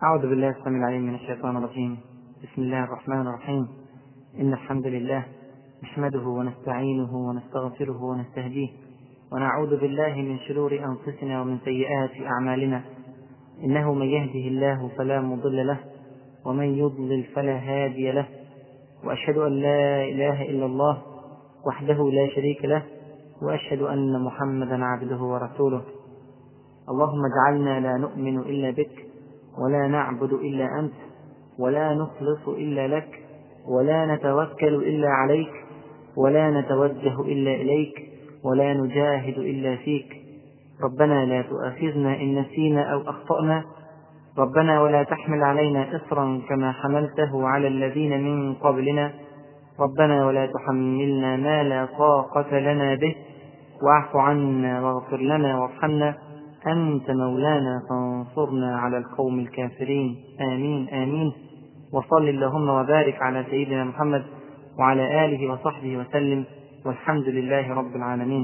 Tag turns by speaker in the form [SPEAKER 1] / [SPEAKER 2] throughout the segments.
[SPEAKER 1] أعوذ بالله السميع العليم من الشيطان الرجيم. بسم الله الرحمن الرحيم. إن الحمد لله نحمده ونستعينه ونستغفره ونستهديه ونعوذ بالله من شرور أنفسنا ومن سيئات أعمالنا. إنه من يهده الله فلا مضل له ومن يضلل فلا هادي له، وأشهد أن لا إله إلا الله وحده لا شريك له، وأشهد أن محمدا عبده ورسوله. اللهم اجعلنا لا نؤمن إلا بك ولا نعبد إلا أنت ولا نخلص إلا لك ولا نتوكل إلا عليك ولا نتوجه إلا إليك ولا نجاهد إلا فيك. ربنا لا تؤاخذنا إن نسينا أو أخطأنا، ربنا ولا تحمل علينا إصرا كما حملته على الذين من قبلنا، ربنا ولا تحملنا ما لا طاقة لنا به، واعف عنا واغفر لنا وارحمنا، أنت مولانا فانصرنا على القوم الكافرين. آمين آمين. وصل اللهم وبارك على سيدنا محمد وعلى آله وصحبه وسلم، والحمد لله رب العالمين.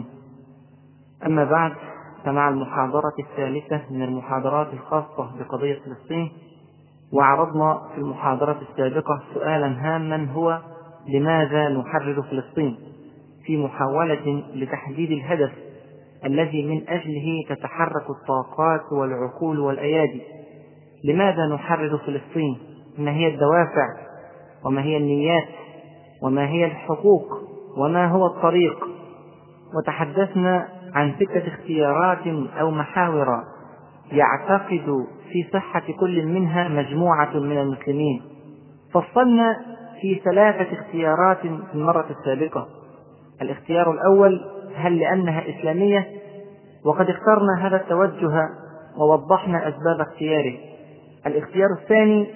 [SPEAKER 1] أما بعد، فمع المحاضرة الثالثة من المحاضرات الخاصة بقضية فلسطين، وعرضنا في المحاضرة السابقة سؤالا هاما هو: لماذا نحرر فلسطين؟ في محاولة لتحديد الهدف الذي من أجله تتحرك الطاقات والعقول والأيادي. لماذا نحرر فلسطين؟ ما هي الدوافع، وما هي النيات، وما هي الحقوق، وما هو الطريق؟ وتحدثنا عن 6 اختيارات أو محاور يعتقد في صحة كل منها مجموعة من المسلمين. فصلنا في 3 اختيارات في المرة السابقة. الاختيار الأول: هل لأنها إسلامية؟ وقد اخترنا هذا التوجه ووضحنا أسباب اختياره. الاختيار الثاني: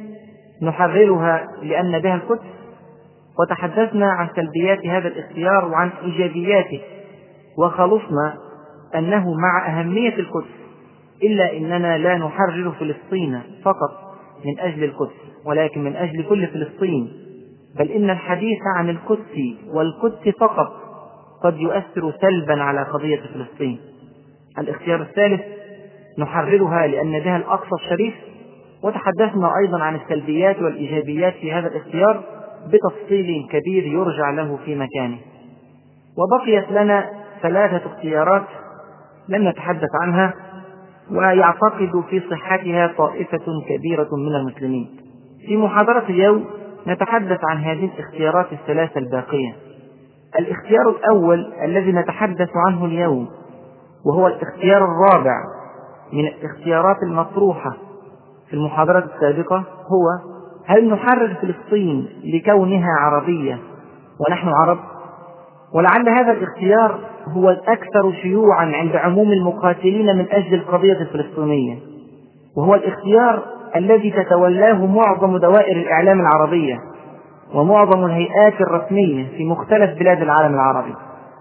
[SPEAKER 1] نحررها لأن بها القدس، وتحدثنا عن سلبيات هذا الاختيار وعن إيجابياته، وخلصنا أنه مع أهمية القدس إلا إننا لا نحرر فلسطين فقط من أجل القدس، ولكن من أجل كل فلسطين، بل إن الحديث عن القدس والقدس فقط قد يؤثر سلبا على قضية فلسطين. الاختيار الثالث: نحررها لأن بها الأقصى الشريف، وتحدثنا أيضا عن السلبيات والإيجابيات في هذا الاختيار بتفصيل كبير يرجع له في مكانه. وبقيت لنا 3 اختيارات لم نتحدث عنها، ويعتقد في صحتها طائفة كبيرة من المسلمين. في محاضرة اليوم نتحدث عن هذه الاختيارات ال3 الباقية. الاختيار الأول الذي نتحدث عنه اليوم، وهو الاختيار الرابع من الاختيارات المطروحة في المحاضرة السابقة، هو: هل نحرر فلسطين لكونها عربية ونحن عرب؟ ولعل هذا الاختيار هو الأكثر شيوعا عند عموم المقاتلين من أجل القضية الفلسطينية، وهو الاختيار الذي تتولاه معظم دوائر الإعلام العربية ومعظم الهيئات الرسمية في مختلف بلاد العالم العربي.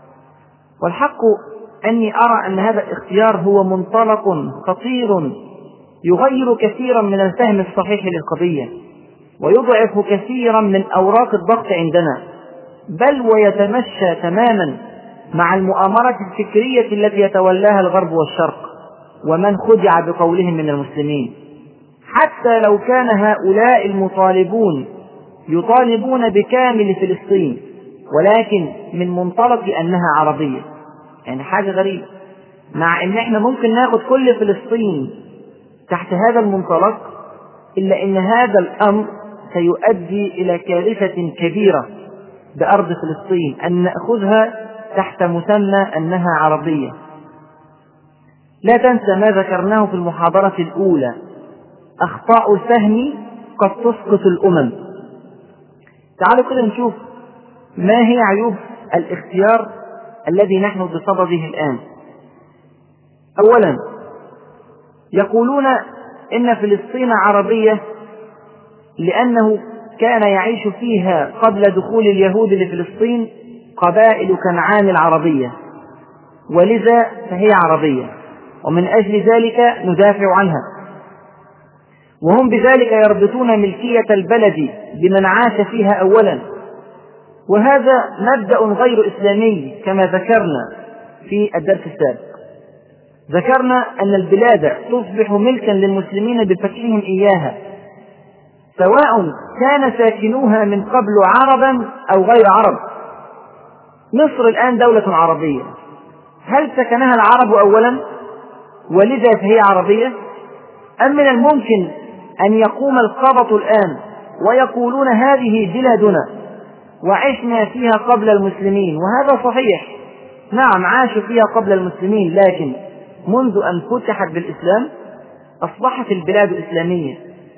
[SPEAKER 1] والحق أني أرى أن هذا الاختيار هو منطلق خطير يغير كثيرا من الفهم الصحيح للقضية، ويضعف كثيرا من أوراق الضغط عندنا، بل ويتمشى تماما مع المؤامرة الفكرية التي يتولاها الغرب والشرق ومن خدع بقولهم من المسلمين، حتى لو كان هؤلاء المطالبون يطالبون بكامل فلسطين، ولكن من منطلق أنها عربية. يعني حاجة غريبة، مع أن احنا ممكن ناخد كل فلسطين تحت هذا المنطلق، إلا أن هذا الأمر سيؤدي إلى كارثة كبيرة بأرض فلسطين، أن نأخذها تحت مسمى أنها عربية. لا تنسى ما ذكرناه في المحاضرة الأولى: أخطاء الفهم قد تسقط الأمم. تعالوا كده نشوف ما هي عيوب الاختيار الذي نحن بصدده الآن. أولا، يقولون إن فلسطين عربية لأنه كان يعيش فيها قبل دخول اليهود لفلسطين قبائل كنعان العربية، ولذا فهي عربية، ومن أجل ذلك ندافع عنها. وهم بذلك يربطون ملكية البلد بمن عاش فيها أولا، وهذا مبدأ غير إسلامي كما ذكرنا في الدرس السابق. ذكرنا أن البلاد تصبح ملكا للمسلمين بفتحهم إياها، سواء كان ساكنوها من قبل عربا أو غير عرب. مصر الآن دولة عربية، هل سكنها العرب أولا ولذا فهي عربية، أم من الممكن أن يقوم القبط الآن ويقولون هذه بلادنا وعشنا فيها قبل المسلمين؟ وهذا صحيح، نعم عاشوا فيها قبل المسلمين، لكن منذ أن فتحت بالإسلام أصبحت البلاد إسلامية.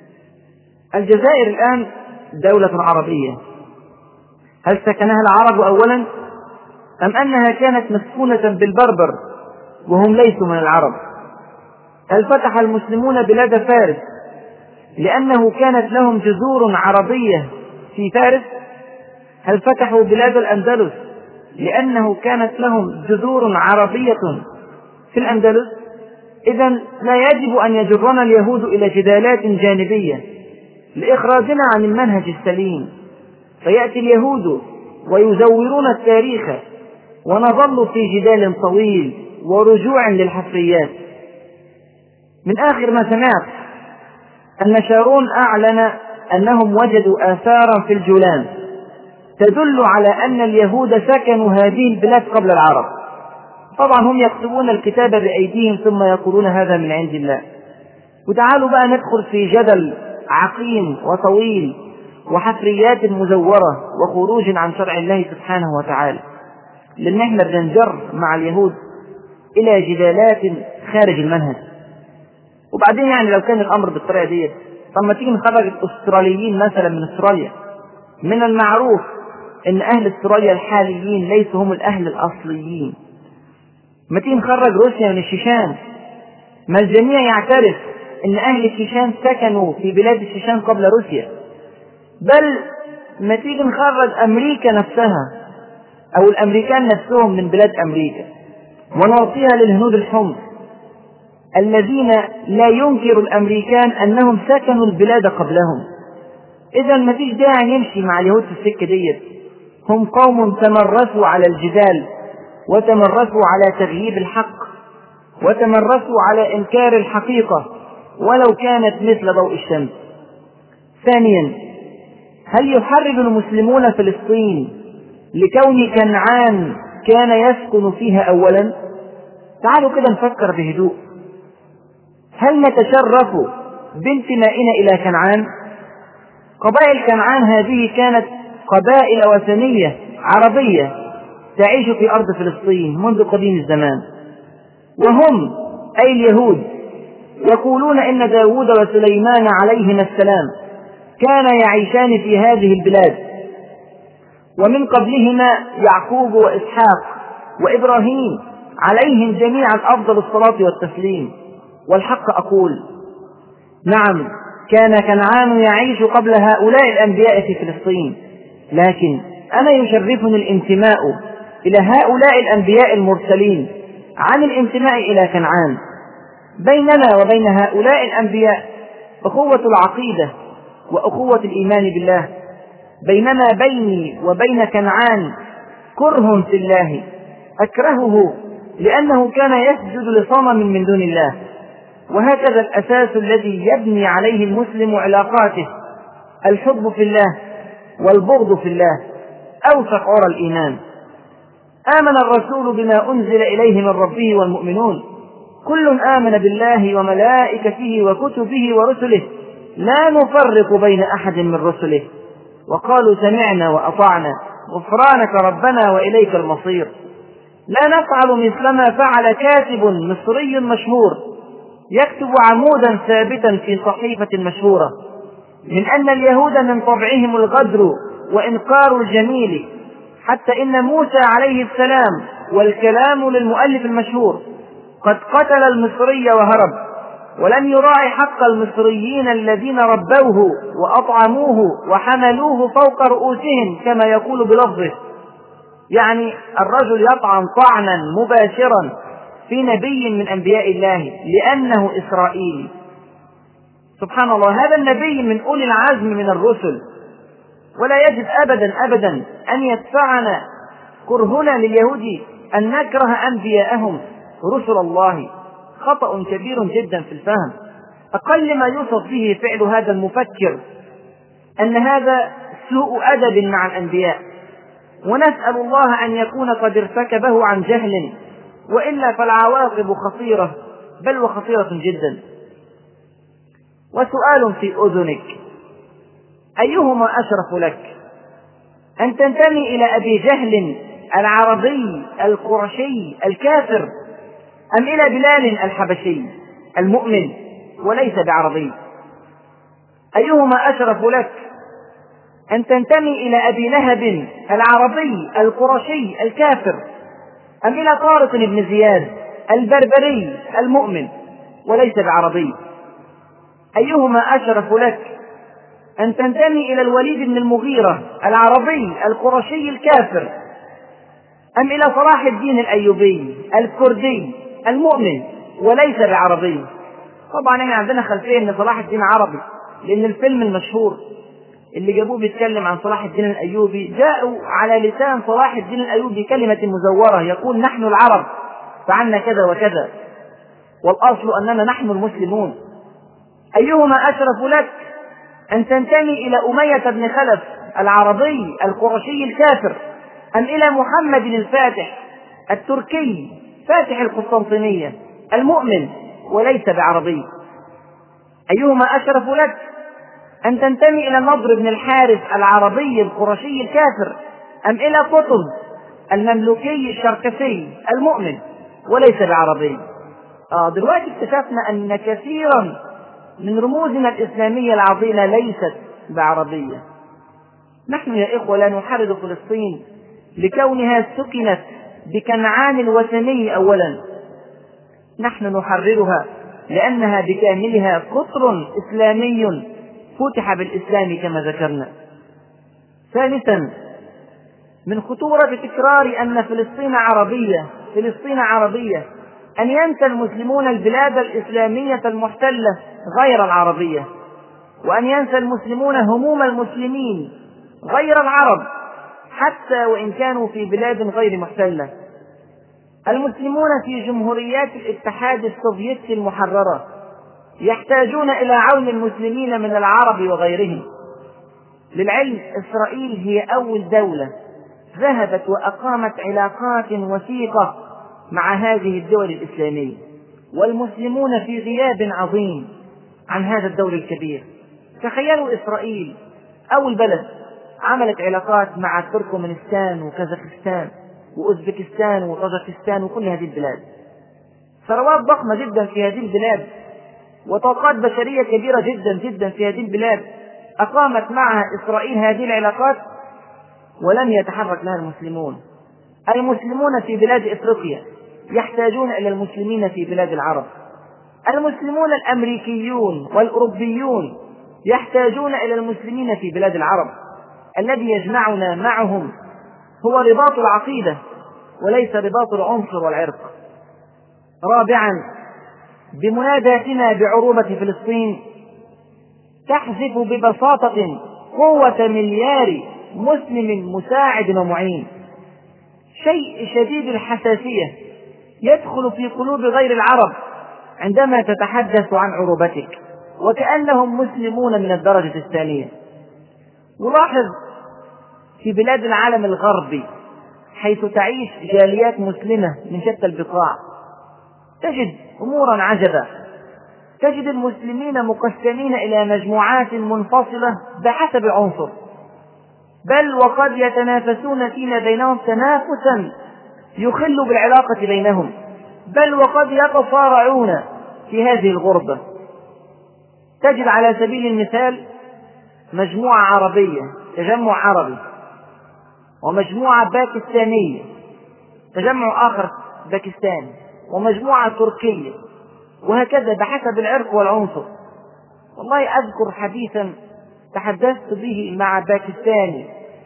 [SPEAKER 1] الجزائر الآن دولة عربية، هل سكنها العرب أولا أم أنها كانت مسكونة بالبربر وهم ليسوا من العرب؟ هل فتح المسلمون بلاد فارس لأنه كانت لهم جذور عربية في فارس؟ هل فتحوا بلاد الأندلس لأنه كانت لهم جذور عربية في الأندلس؟ إذن لا يجب أن يجرنا اليهود إلى جدالات جانبية لإخراجنا عن المنهج السليم، فيأتي اليهود ويزورون التاريخ ونظل في جدال طويل ورجوع للحفريات. من آخر ما سمعت أن شارون أعلن أنهم وجدوا آثارا في الجولان تدل على أن اليهود سكنوا هذه البلاد قبل العرب. طبعا هم يكتبون الكتاب بأيديهم ثم يقولون هذا من عند الله. وتعالوا بقى ندخل في جدل عقيم وطويل وحفريات مزورة وخروج عن شرع الله سبحانه وتعالى، لأن احنا بننجر مع اليهود إلى جدالات خارج المنهج. وبعدين يعني لو كان الأمر بالطريقة دي، طب ما تيجي نخرج الأستراليين مثلا من أستراليا. من المعروف أن أهل أستراليا الحاليين ليسوا هم الأهل الأصليين. ما تيجي نخرج روسيا من الشيشان، ما الجميع يعترف أن أهل الشيشان سكنوا في بلاد الشيشان قبل روسيا. بل ما تيجي نخرج أمريكا نفسها أو الأمريكان نفسهم من بلاد أمريكا ونعطيها للهنود الحمر الذين لا ينكر الأمريكان أنهم سكنوا البلاد قبلهم. إذا ما فيش داعي نمشي مع اليهود في السكة ديت. هم قوم تمرسوا على الجدال وتمرسوا على تغييب الحق وتمرسوا على إنكار الحقيقة ولو كانت مثل ضوء الشمس. ثانيا، هل يحرض المسلمون فلسطين لكون كنعان كان يسكن فيها أولا؟ تعالوا كده نفكر بهدوء. هل نتشرف بانتمائنا إلى كنعان؟ قبائل كنعان هذه كانت قبائل وثنية عربية تعيش في أرض فلسطين منذ قديم الزمان، وهم أي اليهود يقولون إن داود وسليمان عليهما السلام كان يعيشان في هذه البلاد، ومن قبلهما يعقوب وإسحاق وإبراهيم عليهم جميعا أفضل الصلاة والتسليم. والحق أقول نعم، كان كنعان يعيش قبل هؤلاء الأنبياء في فلسطين، لكن أنا يشرفني الانتماء إلى هؤلاء الأنبياء المرسلين عن الانتماء إلى كنعان. بيننا وبين هؤلاء الأنبياء أخوة العقيدة وأخوة الإيمان بالله، بينما بيني وبين كنعان كره في الله أكرهه لأنه كان يسجد لصنم من دون الله. وهكذا الأساس الذي يبني عليه المسلم علاقاته، الحب في الله والبغض في الله، أوثق عرى الإيمان. آمن الرسول بما أنزل إليه من ربه والمؤمنون كل آمن بالله وملائكته وكتبه ورسله لا نفرق بين أحد من رسله وقالوا سمعنا وأطعنا غفرانك ربنا وإليك المصير. لا نفعل مثلما فعل كاتب مصري مشهور يكتب عمودا ثابتا في صحيفة مشهورة من أن اليهود من طبعهم الغدر وإنكار الجميل، حتى إن موسى عليه السلام والكلام للمؤلف المشهور قد قتل المصري وهرب ولم يراعي حق المصريين الذين ربوه وأطعموه وحملوه فوق رؤوسهم كما يقول بلفظه. يعني الرجل يطعن طعنا مباشرا في نبي من أنبياء الله لأنه إسرائيلي. سبحان الله، هذا النبي من أولي العزم من الرسل، ولا يجب أبدا أن يدفعنا كرهنا لليهود أن نكره أنبياءهم رسل الله. خطأ كبير جدا في الفهم. أقل ما يوصف به فعل هذا المفكر أن هذا سوء أدب مع الأنبياء، ونسأل الله أن يكون قد ارتكبه عن جهل، وإلا فالعواقب خطيرة، بل وخطيرة جدا. وسؤال في أذنك: أيهما أشرف لك، أن تنتمي إلى أبي جهل العربي القرشي الكافر، أم إلى بلال الحبشي المؤمن وليس بعربي؟ أيهما أشرف لك، أن تنتمي إلى أبي لهب العربي القرشي الكافر، أم إلى طارق بن زياد البربري المؤمن وليس بعربي؟ أيهما أشرف لك، أن تنتمي إلى الوليد بن المغيرة العربي القرشي الكافر، أم إلى صلاح الدين الأيوبي الكردي المؤمن وليس بعربي؟ طبعا احنا عندنا خلفية ان صلاح الدين عربي، لأن الفيلم المشهور اللي جابوه بيتكلم عن صلاح الدين الأيوبي جاءوا على لسان صلاح الدين الأيوبي كلمة مزورة يقول: نحن العرب فعلنا كذا وكذا، والأصل أننا نحن المسلمون. أيهما أشرف لك، أن تنتمي إلى أمية بن خلف العربي القرشي الكافر، أم إلى محمد الفاتح التركي فاتح القسطنطينية المؤمن وليس بعربي؟ أيهما أشرف لك، أن تنتمي إلى النضر بن الحارث العربي القرشي الكافر، أم إلى قطز المملوكي الشركسي المؤمن وليس بعربي؟ دلوقتي اكتشفنا أن كثيرا من رموزنا الإسلامية العظيمة ليست بعربية. نحن يا إخوة لا نحرض فلسطين لكونها سكنت بكنعان الوثني أولا، نحن نحررها لأنها بكاملها قطر إسلامي فتح بالإسلام كما ذكرنا. ثالثا، من خطورة تكرار أن فلسطين عربية أن ينسى المسلمون البلاد الإسلامية المحتلة غير العربية، وأن ينسى المسلمون هموم المسلمين غير العرب حتى وإن كانوا في بلاد غير محتلة. المسلمون في جمهوريات الاتحاد السوفيتي المحررة يحتاجون إلى عون المسلمين من العرب وغيرهم. للعلم، إسرائيل هي أول دولة ذهبت وأقامت علاقات وثيقة مع هذه الدول الإسلامية، والمسلمون في غياب عظيم عن هذا الدور الكبير. تخيلوا إسرائيل أول بلد عملت علاقات مع تركمانستان وكازاخستان وأوزبكستان وطاجكستان وكل هذه البلاد، ثروات ضخمة جدا في هذه البلاد وطاقات بشرية كبيرة جدا جدا في هذه البلاد، أقامت معها إسرائيل هذه العلاقات ولم يتحرك لها المسلمون. المسلمون في بلاد إفريقيا يحتاجون إلى المسلمين في بلاد العرب. المسلمون الأمريكيون والأوروبيون يحتاجون إلى المسلمين في بلاد العرب. الذي يجمعنا معهم هو رباط العقيدة وليس رباط العنصر والعرق. رابعا، بمناداتنا بعروبة فلسطين تحذف ببساطة قوة مليار مسلم مساعد ومعين. شيء شديد الحساسية يدخل في قلوب غير العرب عندما تتحدث عن عروبتك، وكأنهم مسلمون من الدرجة الثانية. نلاحظ في بلاد العالم الغربي حيث تعيش جاليات مسلمة من شتى البقاع تجد أمورا عجبا. تجد المسلمين مقسمين إلى مجموعات منفصلة بحسب عنصر، بل وقد يتنافسون فيما بينهم تنافسا يخل بالعلاقة بينهم، بل وقد يتصارعون في هذه الغربة. تجد على سبيل المثال مجموعة عربية، تجمع عربي، ومجموعة باكستانية، تجمع آخر باكستاني، ومجموعة تركية، وهكذا بحسب العرق والعنصر. والله أذكر حديثا تحدثت به مع باكستاني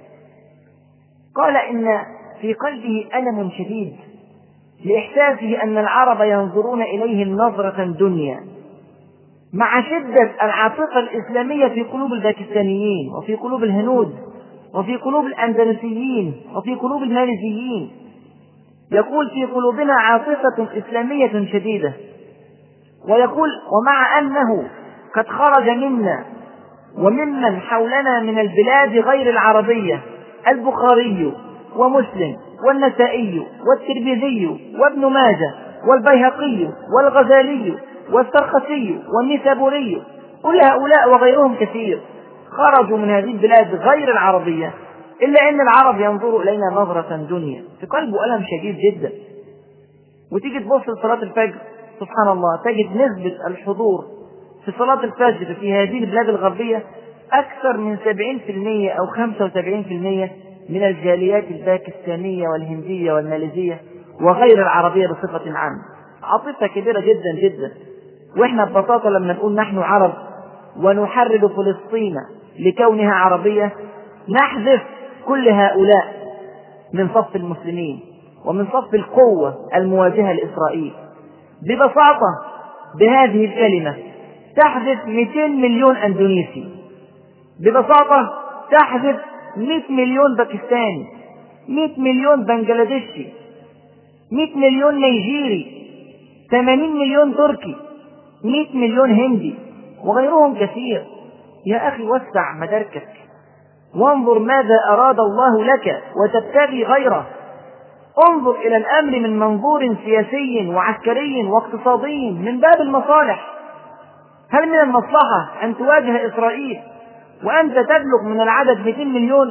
[SPEAKER 1] قال إن في قلبه ألم شديد لإحساسه أن العرب ينظرون إليهم نظرة دنيا، مع شدة العاطفة الإسلامية في قلوب الباكستانيين وفي قلوب الهنود وفي قلوب الأندلسيين وفي قلوب الماليزيين. يقول في قلوبنا عاطفة إسلامية شديدة، ويقول ومع أنه قد خرج منا وممن حولنا من البلاد غير العربية البخاري ومسلم والنسائي والترمذي وابن ماجه والبيهقي والغزالي والسرخسي والنسابوري، كل هؤلاء وغيرهم كثير خرجوا من هذه البلاد غير العربية، إلا أن العرب ينظروا إلينا نظرة دنيا في قلبه ألم شديد جدا. وتيجي تبص لصلاة الفجر سبحان الله تجد نسبة الحضور في صلاة الفجر في هذه البلاد الغربية أكثر من 70% أو 75% من الجاليات الباكستانية والهندية والماليزية وغير العربية بصفة عامة. عاطفة كبيرة جدا جدا. وإحنا ببساطة لما نقول نحن عرب ونحرر فلسطين لكونها عربية نحذف كل هؤلاء من صف المسلمين ومن صف القوة المواجهة لإسرائيل. ببساطة بهذه الكلمة تحذف 200 مليون أندونيسي، ببساطة تحذف 100 مليون باكستاني، 100 مليون بنجلاديشي، 100 مليون نيجيري، 80 مليون تركي، 100 مليون هندي وغيرهم كثير. يا أخي وسع مداركك وانظر ماذا أراد الله لك وتبتغي غيره. انظر إلى الأمر من منظور سياسي وعسكري واقتصادي من باب المصالح. هل من المصلحة أن تواجه إسرائيل وأنت تبلغ من العدد 200 مليون،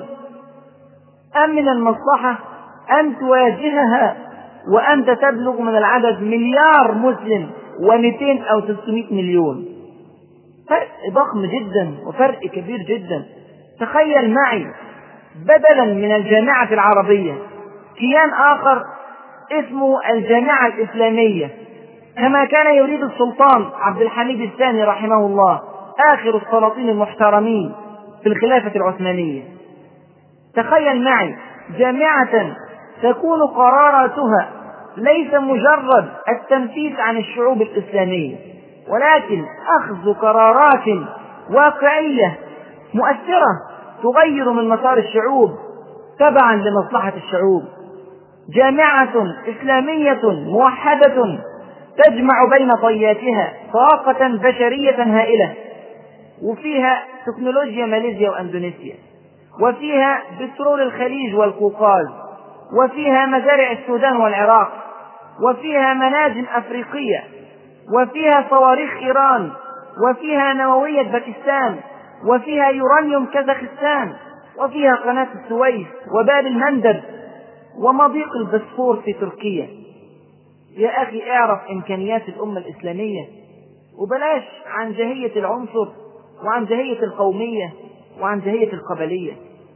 [SPEAKER 1] أم من المصلحة أن تواجهها وأنت تبلغ من العدد مليار مسلم و200 أو 300 مليون؟ فرق ضخم جدا وفرق كبير جدا. تخيل معي بدلا من الجامعة العربية كيان آخر اسمه الجامعة الإسلامية، كما كان يريد السلطان عبد الحميد الثاني رحمه الله آخر السلاطين المحترمين في الخلافة العثمانية. تخيل معي جامعة تكون قراراتها ليس مجرد التنفيذ عن الشعوب الإسلامية، ولكن أخذ قرارات واقعية مؤثرة تغير من مسار الشعوب تبعا لمصلحة الشعوب. جامعة إسلامية موحدة تجمع بين طياتها طاقة بشرية هائلة، وفيها تكنولوجيا ماليزيا وأندونيسيا، وفيها بترول الخليج والقوقاز، وفيها مزارع السودان والعراق، وفيها مناجم أفريقية، وفيها صواريخ إيران، وفيها نووية باكستان، وفيها يورانيوم كازاخستان، وفيها قناة السويس وباب المندب ومضيق البسفور في تركيا. يا أخي اعرف إمكانيات الأمة الإسلامية وبلاش عن جهية العنصر وعن جهية القومية وعن جهية القبلية.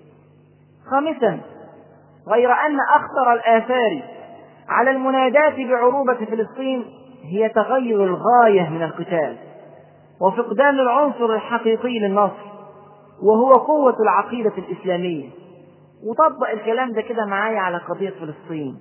[SPEAKER 1] خامسا، غير أن أخطر الآثار على المنادات بعروبة فلسطين هي تغير الغاية من القتال وفقدان العنصر الحقيقي للنصر، وهو قوة العقيدة الإسلامية. وطبق الكلام ده كده معايا على قضية فلسطين.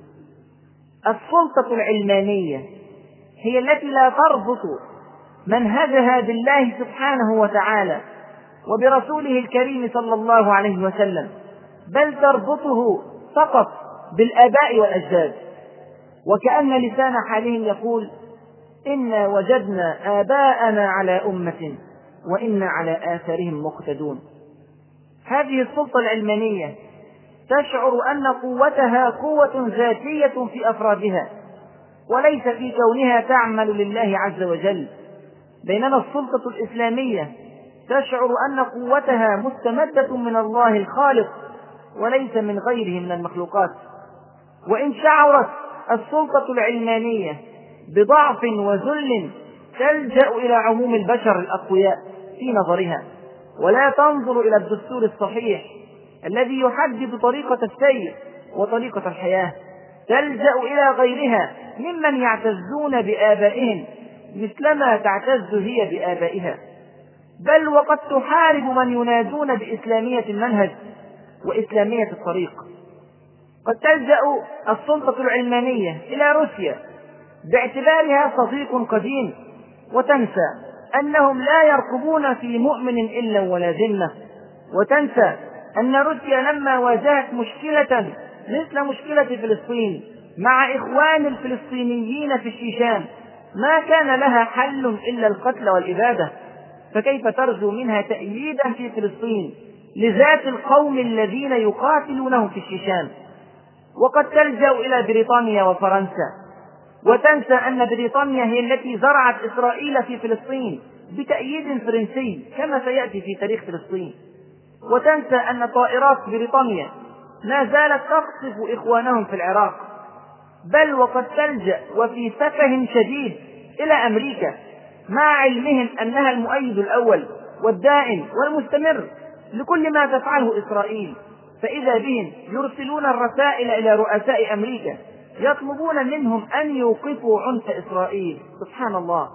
[SPEAKER 1] السلطة العلمانية هي التي لا تربط منهجها بالله سبحانه وتعالى وبرسوله الكريم صلى الله عليه وسلم، بل تربطه فقط بالآباء والأجداد، وكأن لسان حالهم يقول إنا وجدنا آباءنا على أمة وإنا على آثارهم مقتدون. هذه السلطة العلمانية تشعر أن قوتها قوة ذاتية في أفرادها وليس في كونها تعمل لله عز وجل، بينما السلطة الإسلامية تشعر أن قوتها مستمدة من الله الخالق وليس من غيره من المخلوقات. وإن شعرت السلطة العلمانية بضعف وذل تلجأ إلى عموم البشر الأقوياء في نظرها، ولا تنظر إلى الدستور الصحيح الذي يحدد طريقة السير وطريقة الحياة، تلجأ إلى غيرها ممن يعتزون بآبائهم مثلما تعتز هي بآبائها، بل وقد تحارب من ينادون بإسلامية المنهج وإسلامية الطريق. قد تلجأ السلطة العلمانية إلى روسيا باعتبارها صديق قديم وتنسى أنهم لا يرقبون في مؤمن إلا ولا ذمة، وتنسى أن روسيا لما واجهت مشكلة مثل مشكلة فلسطين مع إخوان الفلسطينيين في الشيشان ما كان لها حل إلا القتل والإبادة، فكيف ترجو منها تأييدا في فلسطين لذات القوم الذين يقاتلونهم في الشيشان؟ وقد تلجأ إلى بريطانيا وفرنسا، وتنسى أن بريطانيا هي التي زرعت إسرائيل في فلسطين بتأييد فرنسي كما سيأتي في تاريخ فلسطين، وتنسى أن طائرات بريطانيا ما زالت تقصف إخوانهم في العراق، بل وقد تلجأ وفي سفه شديد إلى أمريكا مع علمهم أنها المؤيد الأول والدائم والمستمر لكل ما تفعله إسرائيل، فإذا بهم يرسلون الرسائل إلى رؤساء أمريكا يطلبون منهم أن يوقفوا عنف إسرائيل. سبحان الله.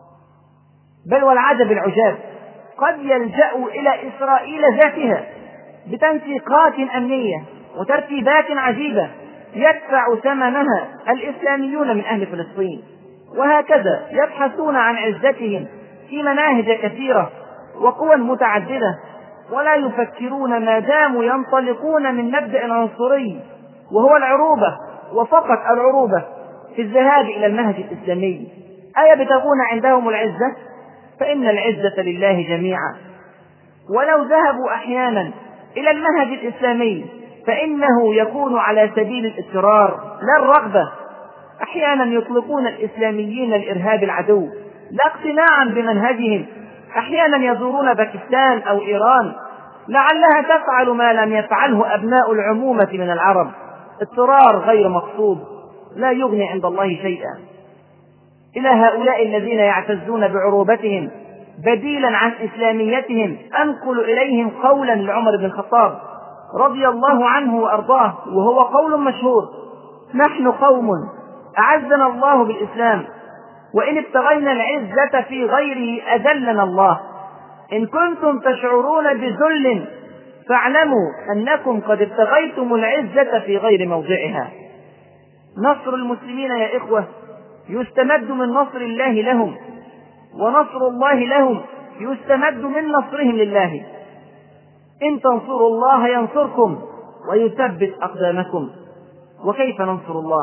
[SPEAKER 1] بل والعجب العجاب، قد يلجأوا إلى إسرائيل ذاتها بتنسيقات أمنية وترتيبات عجيبة يدفع ثمنها الإسلاميون من أهل فلسطين، وهكذا يبحثون عن عزتهم في مناهج كثيرة وقوى متعددة، ولا يفكرون ما داموا ينطلقون من مبدأ عنصري وهو العروبة وفقط العروبة في الذهاب إلى المنهج الإسلامي. أيبتغون عندهم العزة؟ فإن العزة لله جميعا. ولو ذهبوا أحيانا إلى المنهج الإسلامي فإنه يكون على سبيل الاضطرار لا الرغبة. أحيانا يطلقون الإسلاميين الإرهاب العدو لا اقتناعا بمنهجهم، أحيانا يزورون باكستان أو إيران لعلها تفعل ما لم يفعله أبناء العمومة من العرب، اضطرار غير مقصود لا يغني عند الله شيئا. إلى هؤلاء الذين يعتزون بعروبتهم بديلا عن إسلاميتهم أنقل إليهم قولا لعمر بن الخطاب رضي الله عنه وأرضاه، وهو قول مشهور: نحن قوم أعزنا الله بالإسلام، وإن ابتغينا العزة في غيره أذلنا الله. إن كنتم تشعرون بذل فاعلموا أنكم قد ابتغيتم العزة في غير موضعها. نصر المسلمين يا إخوة يستمد من نصر الله لهم، ونصر الله لهم يستمد من نصرهم لله. إن تنصروا الله ينصركم ويثبت أقدامكم. وكيف ننصر الله؟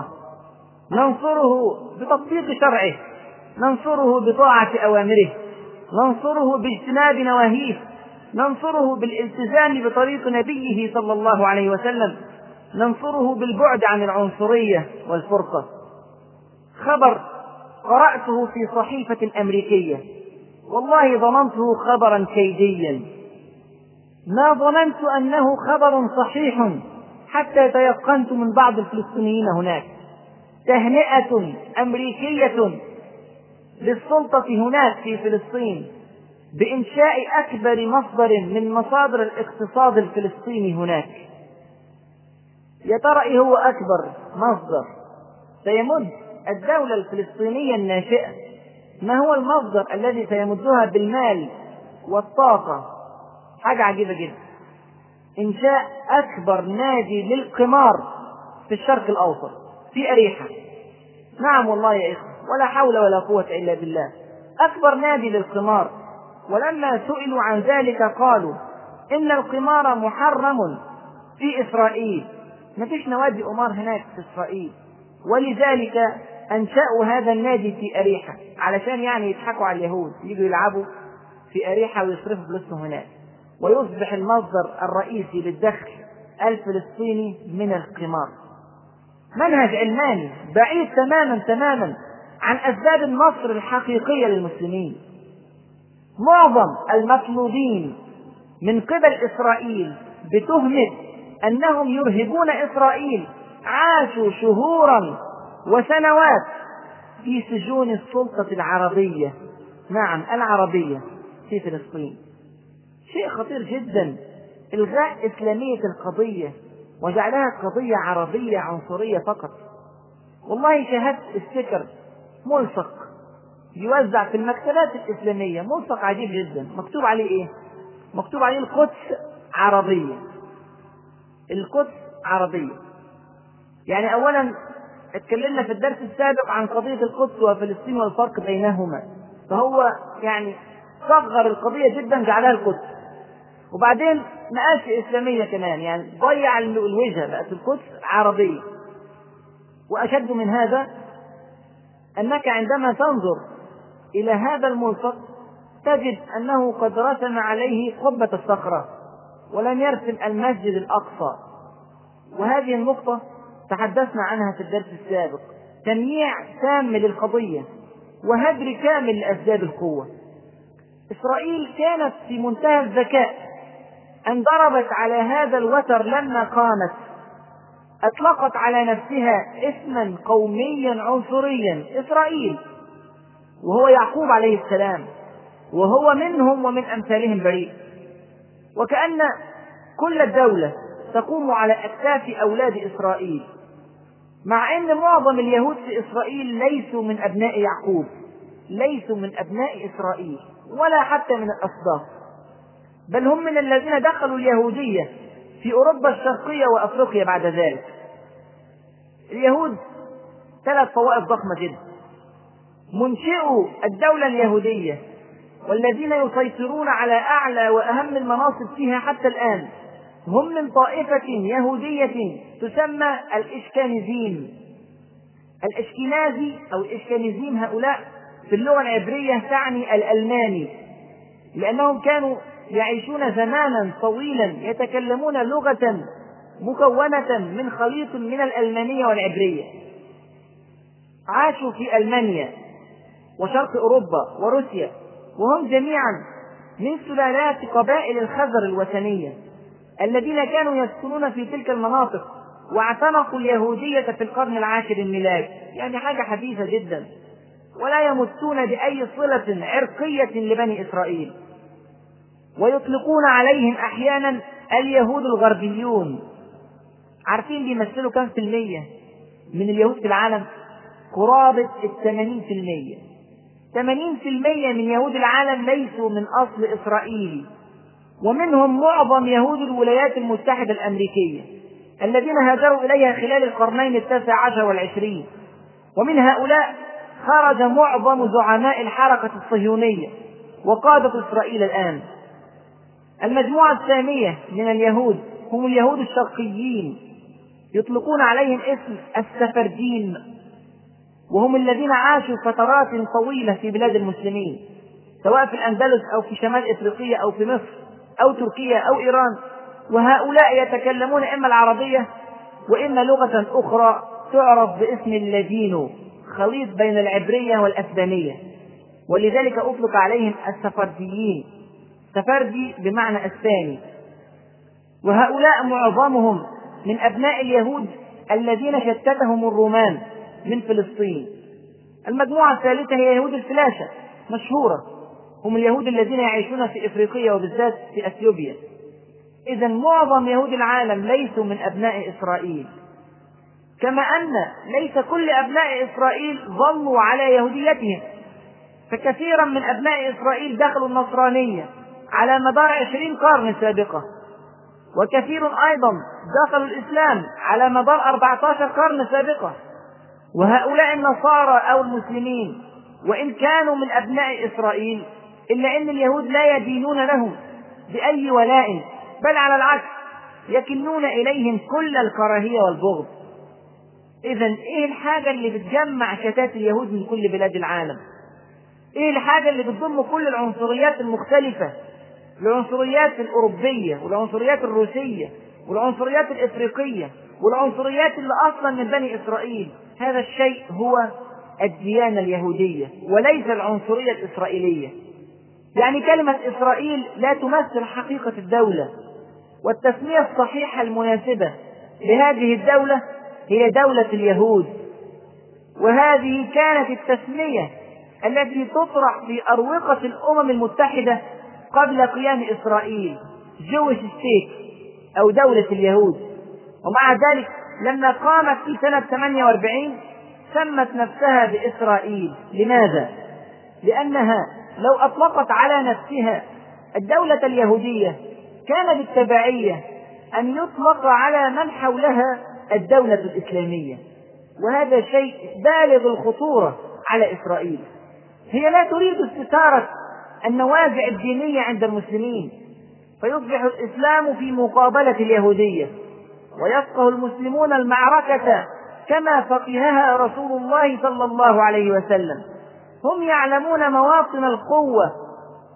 [SPEAKER 1] ننصره بتطبيق شرعه، ننصره بطاعة أوامره، ننصره باجتناب نواهيه، ننصره بالالتزام بطريق نبيه صلى الله عليه وسلم، ننصره بالبعد عن العنصرية والفرقة. خبر قرأته في صحيفة أمريكية، والله ظننته خبرا كيديا، ما ظننت أنه خبر صحيح حتى تيقنت من بعض الفلسطينيين هناك. تهنئة أمريكية للسلطة هناك في فلسطين بإنشاء أكبر مصدر من مصادر الاقتصاد الفلسطيني هناك. يا ترى إيه هو أكبر مصدر سيمد الدولة الفلسطينية الناشئة؟ ما هو المصدر الذي سيمدها بالمال والطاقة؟ حاجة عجيبة جدا. إنشاء أكبر نادي للقمار في الشرق الأوسط في أريحة. نعم والله يا إخوة، ولا حول ولا قوة إلا بالله، أكبر نادي للقمار. ولما سئلوا عن ذلك قالوا إن القمار محرم في إسرائيل، ما فيش نوادي قمار هناك في إسرائيل، ولذلك أنشأوا هذا النادي في أريحة علشان يعني يضحكوا على اليهود، يجوا يلعبوا في أريحة ويصرفوا فلوسهم هناك، ويصبح المصدر الرئيسي للدخل الفلسطيني من القمار. منهج علماني بعيد تماما عن أسباب النصر الحقيقية للمسلمين. معظم المطلوبين من قبل إسرائيل بتهمة أنهم يرهبون إسرائيل عاشوا شهورا وسنوات في سجون السلطة العربية، نعم العربية في فلسطين. شيء خطير جدا إلغاء إسلامية القضية وجعلها قضية عربية عنصرية فقط. والله شاهدت السكر ملصق يوزع في المكتبات الإسلامية، ملصق عجيب جدا، مكتوب عليه إيه؟ مكتوب عليه القدس عربية. القدس عربية يعني أولا اتكلمنا في الدرس السابق عن قضية القدس وفلسطين والفرق بينهما، فهو يعني صغر القضية جدا جعلها القدس، وبعدين مقاس إسلامية كمان، يعني ضيع الوجهة، بقت القدس عربية. وأشد من هذا أنك عندما تنظر إلى هذا الملصق تجد أنه قد رسم عليه قبة الصخرة ولم يرسم المسجد الأقصى. وهذه النقطة تحدثنا عنها في الدرس السابق، تمييع تام للقضية وهدر كامل لأسباب القوة. إسرائيل كانت في منتهى الذكاء أن ضربت على هذا الوتر لما قامت، أطلقت على نفسها اسما قوميا عنصريا إسرائيل، وهو يعقوب عليه السلام، وهو منهم ومن أمثالهم بريء، وكأن كل الدولة تقوم على أكتاف أولاد إسرائيل، مع أن معظم اليهود في إسرائيل ليسوا من أبناء يعقوب، ليسوا من أبناء إسرائيل ولا حتى من الأصداق، بل هم من الذين دخلوا اليهودية في أوروبا الشرقية وأفريقيا بعد ذلك. اليهود 3 طوائف ضخمة جدا: منشئوا الدولة اليهودية والذين يسيطرون على أعلى وأهم المناصب فيها حتى الآن هم من طائفة يهودية تسمى الإشكنازيم. الإشكنازي أو الإشكنازيم هؤلاء في اللغة العبرية تعني الألماني، لأنهم كانوا يعيشون زمانا طويلا يتكلمون لغة مكونة من خليط من الألمانية والعبرية. عاشوا في ألمانيا وشرق أوروبا وروسيا، وهم جميعا من سلالات قبائل الخزر الوثنية الذين كانوا يسكنون في تلك المناطق واعتنقوا اليهودية في القرن 10 الميلادي، يعني حاجة حديثة جدا، ولا يمتون بأي صلة عرقية لبني إسرائيل، ويطلقون عليهم أحيانا اليهود الغربيون. عارفين بيمثلوا كم في المية من اليهود في العالم؟ قرابة 80%. 80% من يهود العالم ليسوا من أصل إسرائيلي، ومنهم معظم يهود الولايات المتحدة الأمريكية الذين هاجروا إليها خلال القرنين 19 و20. ومن هؤلاء خرج معظم زعماء الحركة الصهيونية وقادة إسرائيل الآن. المجموعة الثانية من اليهود هم اليهود الشرقيين، يطلقون عليهم اسم السفرديم، وهم الذين عاشوا فترات طويلة في بلاد المسلمين، سواء في الأندلس أو في شمال إفريقيا أو في مصر أو تركيا أو إيران. وهؤلاء يتكلمون إما العربية وإما لغة أخرى تعرف باسم اللادينو، خليط بين العبرية والأسبانية، ولذلك أطلق عليهم السفرديين، سفردي بمعنى أسباني. وهؤلاء معظمهم من أبناء اليهود الذين شتتهم الرومان من فلسطين. المجموعة الثالثة هي يهود الفلاشة، مشهورة، هم اليهود الذين يعيشون في إفريقيا وبالذات في أثيوبيا. إذن معظم يهود العالم ليسوا من أبناء إسرائيل، كما أن ليس كل أبناء إسرائيل ظلوا على يهوديتهم، فكثيرا من أبناء إسرائيل دخلوا النصرانية على مدار 20 قرن سابقة، وكثير أيضا دخلوا الإسلام على مدار 14 قرن سابقة. وهؤلاء النصارى أو المسلمين وإن كانوا من أبناء إسرائيل إلا أن اليهود لا يدينون لهم بأي ولاء، بل على العكس يكنون إليهم كل الكراهية والبغض. إذن إيه الحاجة اللي بتجمع شتات اليهود من كل بلاد العالم؟ إيه الحاجة اللي بتضم كل العنصريات المختلفة، العنصريات الأوروبية والعنصريات الروسية والعنصريات الإفريقية والعنصريات اللي أصلا من بني إسرائيل؟ هذا الشيء هو الديانة اليهودية وليس العنصرية الإسرائيلية. يعني كلمة إسرائيل لا تمثل حقيقة الدولة، والتسمية الصحيحة المناسبة لهذه الدولة هي دولة اليهود، وهذه كانت التسمية التي تطرح في أروقة الأمم المتحدة قبل قيام إسرائيل، Jewish State أو دولة اليهود. ومع ذلك لما قامت في سنة 48 سمت نفسها بإسرائيل. لماذا؟ لأنها لو أطلقت على نفسها الدولة اليهودية كان بالتبعية أن يطلق على من حولها الدولة الإسلامية، وهذا شيء بالغ الخطورة على إسرائيل. هي لا تريد استثارة النوازع الدينية عند المسلمين فيصبح الإسلام في مقابلة اليهودية، ويفقه المسلمون المعركة كما فقهها رسول الله صلى الله عليه وسلم. هم يعلمون مواطن القوة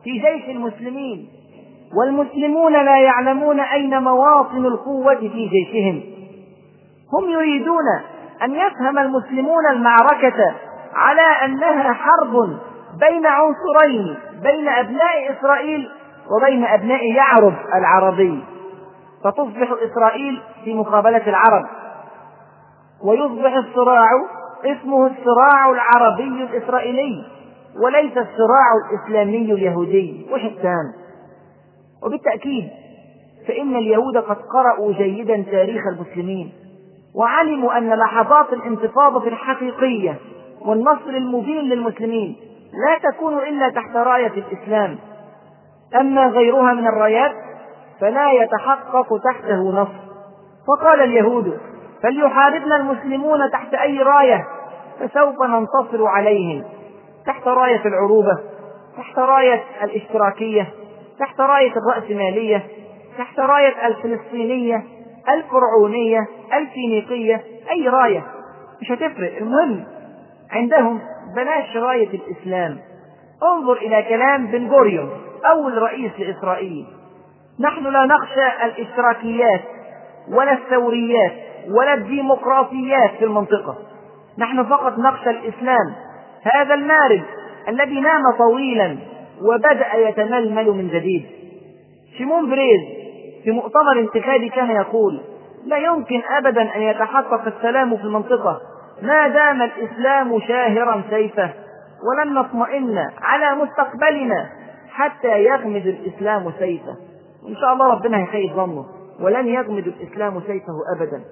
[SPEAKER 1] في جيش المسلمين، والمسلمون لا يعلمون أين مواطن القوة في جيشهم. هم يريدون أن يفهم المسلمون المعركة على أنها حرب بين عنصرين، بين أبناء إسرائيل وبين أبناء يعرب العربي، فتصبح إسرائيل في مقابلة العرب، ويصبح الصراع اسمه الصراع العربي الإسرائيلي وليس الصراع الإسلامي اليهودي وحدان. وبالتأكيد فإن اليهود قد قرأوا جيدا تاريخ المسلمين، وعلموا أن لحظات الانتفاضة الحقيقية والنصر المبين للمسلمين لا تكون إلا تحت راية الإسلام، أما غيرها من الرايات فلا يتحقق تحته نصر. فقال اليهود: فليحاربنا المسلمون تحت أي راية فسوف ننتصر عليهم، تحت راية العروبة، تحت راية الاشتراكية، تحت راية الرأسمالية، تحت راية الفلسطينية، الفرعونية، الفينيقية، أي راية مش هتفرق، المهم عندهم بلاش راية الإسلام. انظر إلى كلام بن غوريون أول رئيس لإسرائيل: نحن لا نخشى الاشتراكيات ولا الثوريات ولا الديمقراطيات في المنطقة، نحن فقط نخشى الإسلام، هذا المارد الذي نام طويلا وبدأ يتململ من جديد. شيمون بريز في مؤتمر انتخابي كان يقول: لا يمكن أبدا أن يتحقق السلام في المنطقة ما دام الإسلام شاهرا سيفه، ولن نطمئن على مستقبلنا حتى يغمد الإسلام سيفه. وإن شاء الله ربنا هيخيب ظنه، ولن يغمد الإسلام سيفه أبدا.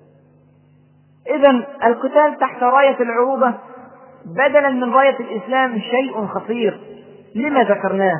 [SPEAKER 1] إذن القتال تحت راية العروبة بدلا من راية الإسلام شيء خطير. لما ذكرناه؟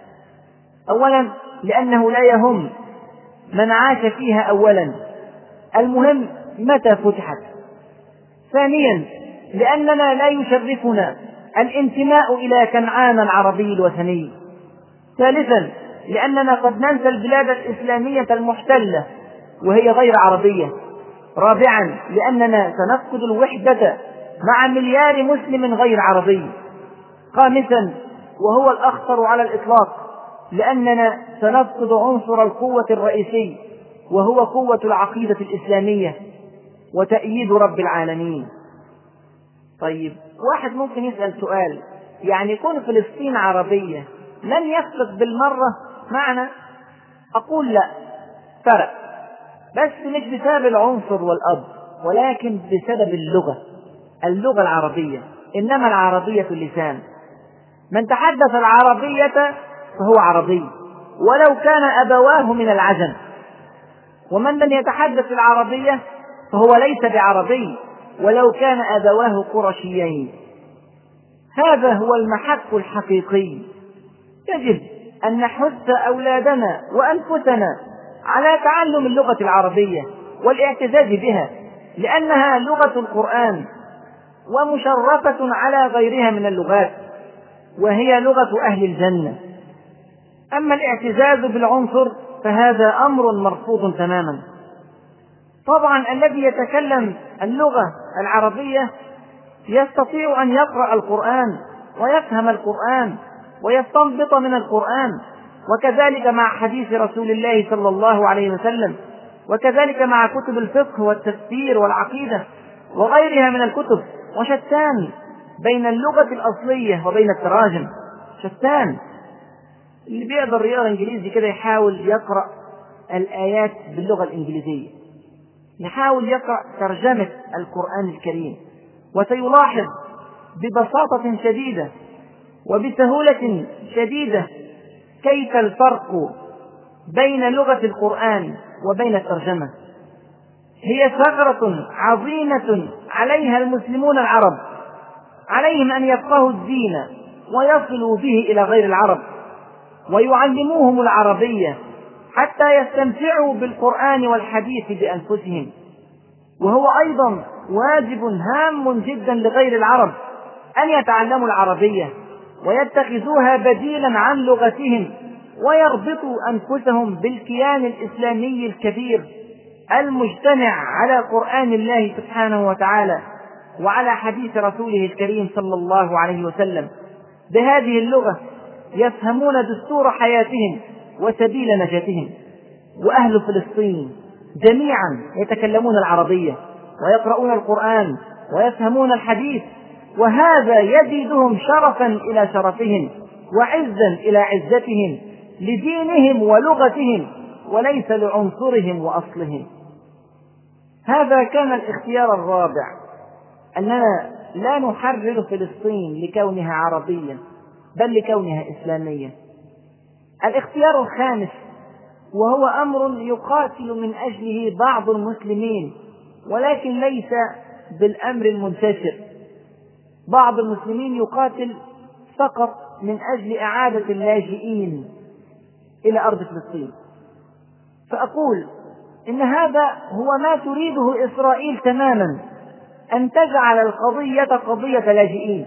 [SPEAKER 1] أولا لأنه لا يهم من عاش فيها أولا، المهم متى فتحت. ثانيا لأننا لا يشرفنا الانتماء إلى كنعان العربي الوثني. ثالثا لأننا قد ننسى البلاد الإسلامية المحتلة وهي غير عربية. رابعا لأننا سنفقد الوحدة مع مليار مسلم غير عربي. خامسا وهو الأخطر على الإطلاق لأننا سنفقد عنصر القوة الرئيسي وهو قوة العقيدة الإسلامية وتأييد رب العالمين. طيب واحد ممكن يسأل سؤال: يعني كون فلسطين عربية لن يفرق بالمرة معنا؟ أقول لا، فرق، بس مش بسبب العنصر والأب، ولكن بسبب اللغة العربية، إنما العربية اللسان. من تحدث العربية فهو عربي ولو كان أبواه من العجم، ومن لم يتحدث العربية فهو ليس بعربي ولو كان أبواه قرشيين. هذا هو المحك الحقيقي. يجب أن نحث أولادنا وأنفسنا على تعلم اللغة العربية والاعتزاز بها، لأنها لغة القرآن ومشرفة على غيرها من اللغات، وهي لغة أهل الجنة. أما الاعتزاز بالعنصر فهذا أمر مرفوض تماما. طبعا الذي يتكلم اللغة العربية يستطيع أن يقرأ القرآن ويفهم القرآن ويستنبط من القرآن، وكذلك مع حديث رسول الله صلى الله عليه وسلم، وكذلك مع كتب الفقه والتفسير والعقيدة وغيرها من الكتب. وشتان بين اللغة الأصلية وبين التراجم، شتان. اللي بيقدر يقرأ إنجليزي كده يحاول يقرأ الآيات باللغة الإنجليزية، يحاول يقرأ ترجمة القرآن الكريم، وسيلاحظ ببساطة شديدة وبسهولة شديدة كيف الفرق بين لغة القرآن وبين الترجمة. هي ثغرة عظيمة عليها المسلمون العرب، عليهم أن يفقهوا الدين ويصلوا به إلى غير العرب ويعلموهم العربية حتى يستمتعوا بالقرآن والحديث بأنفسهم. وهو أيضا واجب هام جدا لغير العرب أن يتعلموا العربية ويتخذوها بديلا عن لغتهم، ويربطوا أنفسهم بالكيان الإسلامي الكبير المجتمع على قرآن الله سبحانه وتعالى وعلى حديث رسوله الكريم صلى الله عليه وسلم. بهذه اللغة يفهمون دستور حياتهم وسبيل نجاتهم. وأهل فلسطين جميعا يتكلمون العربية ويقرؤون القرآن ويفهمون الحديث، وهذا يزيدهم شرفا إلى شرفهم وعزا إلى عزتهم لدينهم ولغتهم، وليس لعنصرهم وأصلهم. هذا كان الاختيار الرابع، أننا لا نحرر فلسطين لكونها عربية بل لكونها إسلامية. الاختيار الخامس، وهو أمر يقاتل من أجله بعض المسلمين ولكن ليس بالأمر المنتشر. بعض المسلمين يقاتل فقط من أجل إعادة اللاجئين إلى أرض فلسطين. فأقول إن هذا هو ما تريده إسرائيل تماما، أن تجعل القضية قضية لاجئين.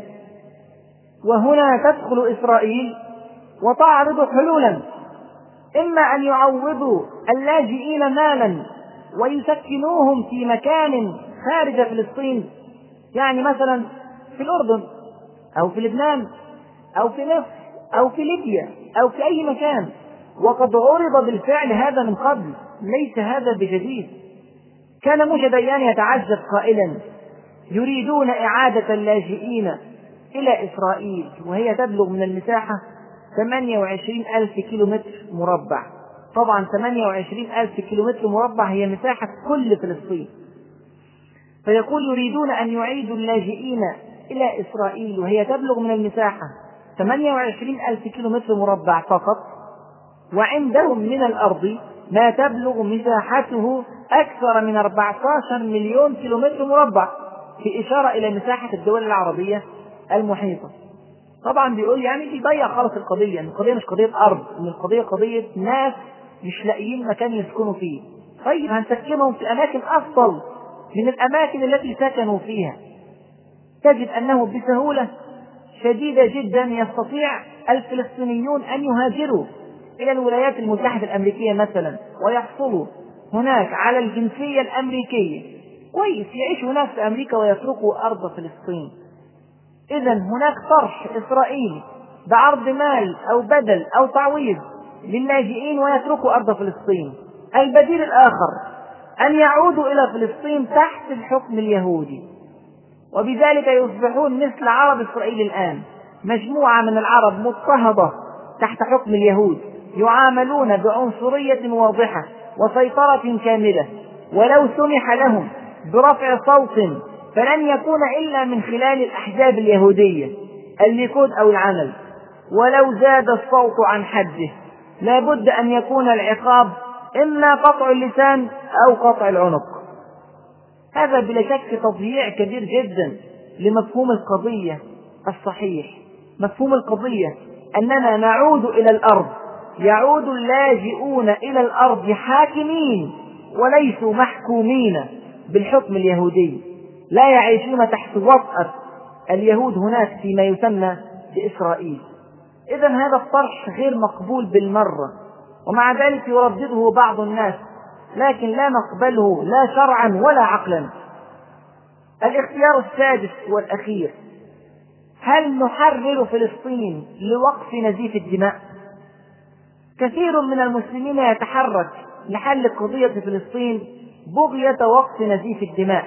[SPEAKER 1] وهنا تدخل إسرائيل وتعرض حلولا، إما أن يعوضوا اللاجئين مالا ويسكنوهم في مكان خارج فلسطين، يعني مثلا في الأردن أو في لبنان أو في مصر أو في ليبيا أو في أي مكان، وقد عرض بالفعل هذا من قبل، ليس هذا بجديد. كان موسى ديان يتعجب قائلا: يريدون إعادة اللاجئين إلى إسرائيل وهي تبلغ من المساحة 28,000 كيلومتر مربع. طبعا 28,000 كيلومتر مربع هي مساحة كل فلسطين. فيقول يريدون أن يعيدوا اللاجئين إلى إسرائيل وهي تبلغ من المساحة 28,000 كيلومتر مربع فقط، وعندهم من الأرض ما تبلغ مساحته أكثر من 14 مليون كيلومتر مربع، في إشارة إلى مساحة الدول العربية المحيطة. طبعا بيقول يعني بيضيع خالص القضية، القضية مش قضية أرض، القضية قضية ناس مش لاقيين مكان يسكنوا فيه. طيب هنسكنهم في أماكن أفضل من الأماكن التي سكنوا فيها. تجد أنه بسهولة شديدة جدا يستطيع الفلسطينيون أن يهاجروا إلى الولايات المتحدة الأمريكية مثلا ويحصلوا هناك على الجنسية الأمريكية، كويس، يعيشوا هناك في أمريكا ويتركوا أرض فلسطين. إذن هناك طرح إسرائيلي بعرض مال أو بدل أو تعويض للاجئين ويتركوا أرض فلسطين. البديل الآخر أن يعودوا إلى فلسطين تحت الحكم اليهودي، وبذلك يصبحون مثل عرب إسرائيل الآن، مجموعة من العرب مضطهدة تحت حكم اليهود، يعاملون بعنصرية واضحة وسيطرة كاملة، ولو سمح لهم برفع صوت فلن يكون إلا من خلال الأحزاب اليهودية، الليكود أو العمل، ولو زاد الصوت عن حده لا بد أن يكون العقاب إما قطع اللسان أو قطع العنق. هذا بلا شك تضييع كبير جدا لمفهوم القضية الصحيح. مفهوم القضية أننا نعود إلى الأرض، يعود اللاجئون إلى الأرض حاكمين وليسوا محكومين بالحكم اليهودي، لا يعيشون تحت وطأة اليهود هناك فيما يسمى بإسرائيل. إذن هذا الطرح غير مقبول بالمرة، ومع ذلك يردده بعض الناس، لكن لا نقبله لا شرعا ولا عقلا. الاختيار السادس والأخير: هل نحرر فلسطين لوقف نزيف الدماء؟ كثير من المسلمين يتحرك لحل قضية فلسطين بغية وقف نزيف الدماء،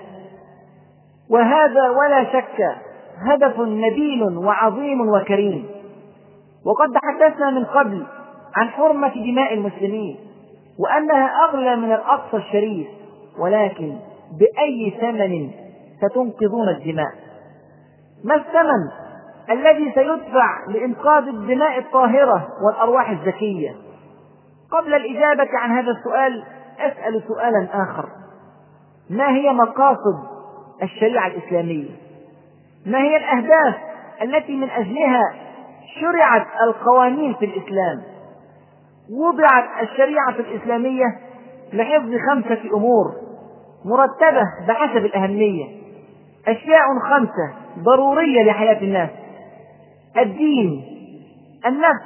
[SPEAKER 1] وهذا ولا شك هدف نبيل وعظيم وكريم. وقد تحدثنا من قبل عن حرمة دماء المسلمين وأنها أغلى من الأقصى الشريف، ولكن بأي ثمن ستنقذون الدماء؟ ما الثمن الذي سيدفع لإنقاذ الدماء الطاهرة والأرواح الزكية؟ قبل الإجابة عن هذا السؤال أسأل سؤالا آخر: ما هي مقاصد الشريعة الإسلامية؟ ما هي الأهداف التي من أجلها شرعت القوانين في الإسلام؟ وضعت الشريعة الإسلامية لحفظ 5 أمور مرتبة بحسب الأهمية، أشياء 5 ضرورية لحياة الناس: الدين، النفس،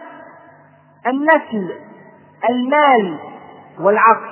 [SPEAKER 1] النسل، المال، والعقل.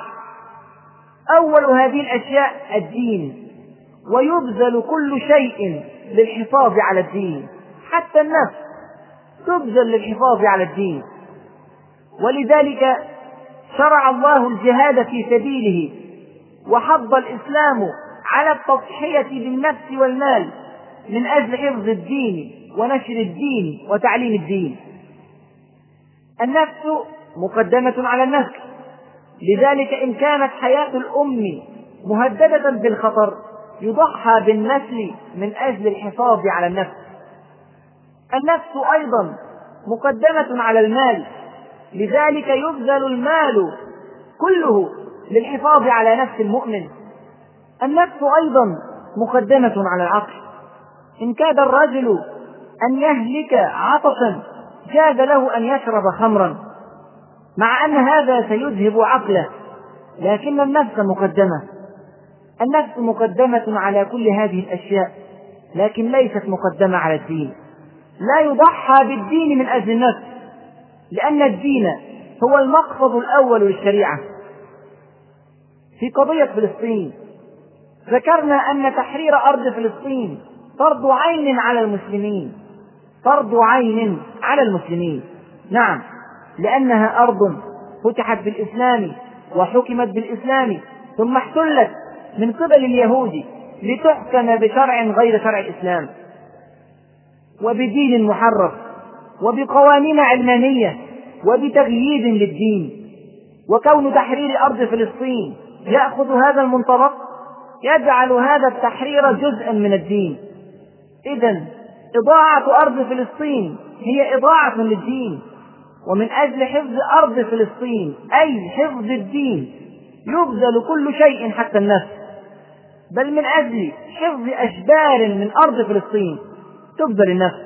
[SPEAKER 1] أول هذه الأشياء الدين، ويبذل كل شيء للحفاظ على الدين حتى النفس، تبذل للحفاظ على الدين. ولذلك شرع الله الجهاد في سبيله، وحض الإسلام على التضحية بالنفس والمال من أجل حفظ الدين ونشر الدين وتعليم الدين. النفس مقدمة على النسل، لذلك إن كانت حياة الأم مهددة بالخطر يضحى بالنسل من أجل الحفاظ على النفس. النفس أيضا مقدمة على المال، لذلك يبذل المال كله للحفاظ على نفس المؤمن. النفس أيضا مقدمة على العقل، إن كاد الرجل أن يهلك عطشا جاز له أن يشرب خمرا، مع أن هذا سيذهب عقله، لكن النفس مقدمة. النفس مقدمة على كل هذه الأشياء، لكن ليست مقدمة على الدين. لا يضحى بالدين من أجل النفس، لأن الدين هو المقصد الأول للشريعة. في قضية فلسطين ذكرنا أن تحرير أرض فلسطين فرض عين على المسلمين، فرض عين على المسلمين. نعم، لأنها أرض فتحت بالإسلام وحكمت بالإسلام، ثم احتلت من قبل اليهود لتحكم بشرع غير شرع الإسلام، وبدين محرف، وبقوانين علمانية، وبتغيير للدين. وكون تحرير أرض فلسطين يأخذ هذا المنطلق يجعل هذا التحرير جزءا من الدين. إذن إضاعة أرض فلسطين هي إضاعة للدين، ومن أجل حفظ أرض فلسطين أي حفظ الدين يبذل كل شيء حتى النفس، بل من أجل حفظ أشبار من أرض فلسطين تبذل النفس.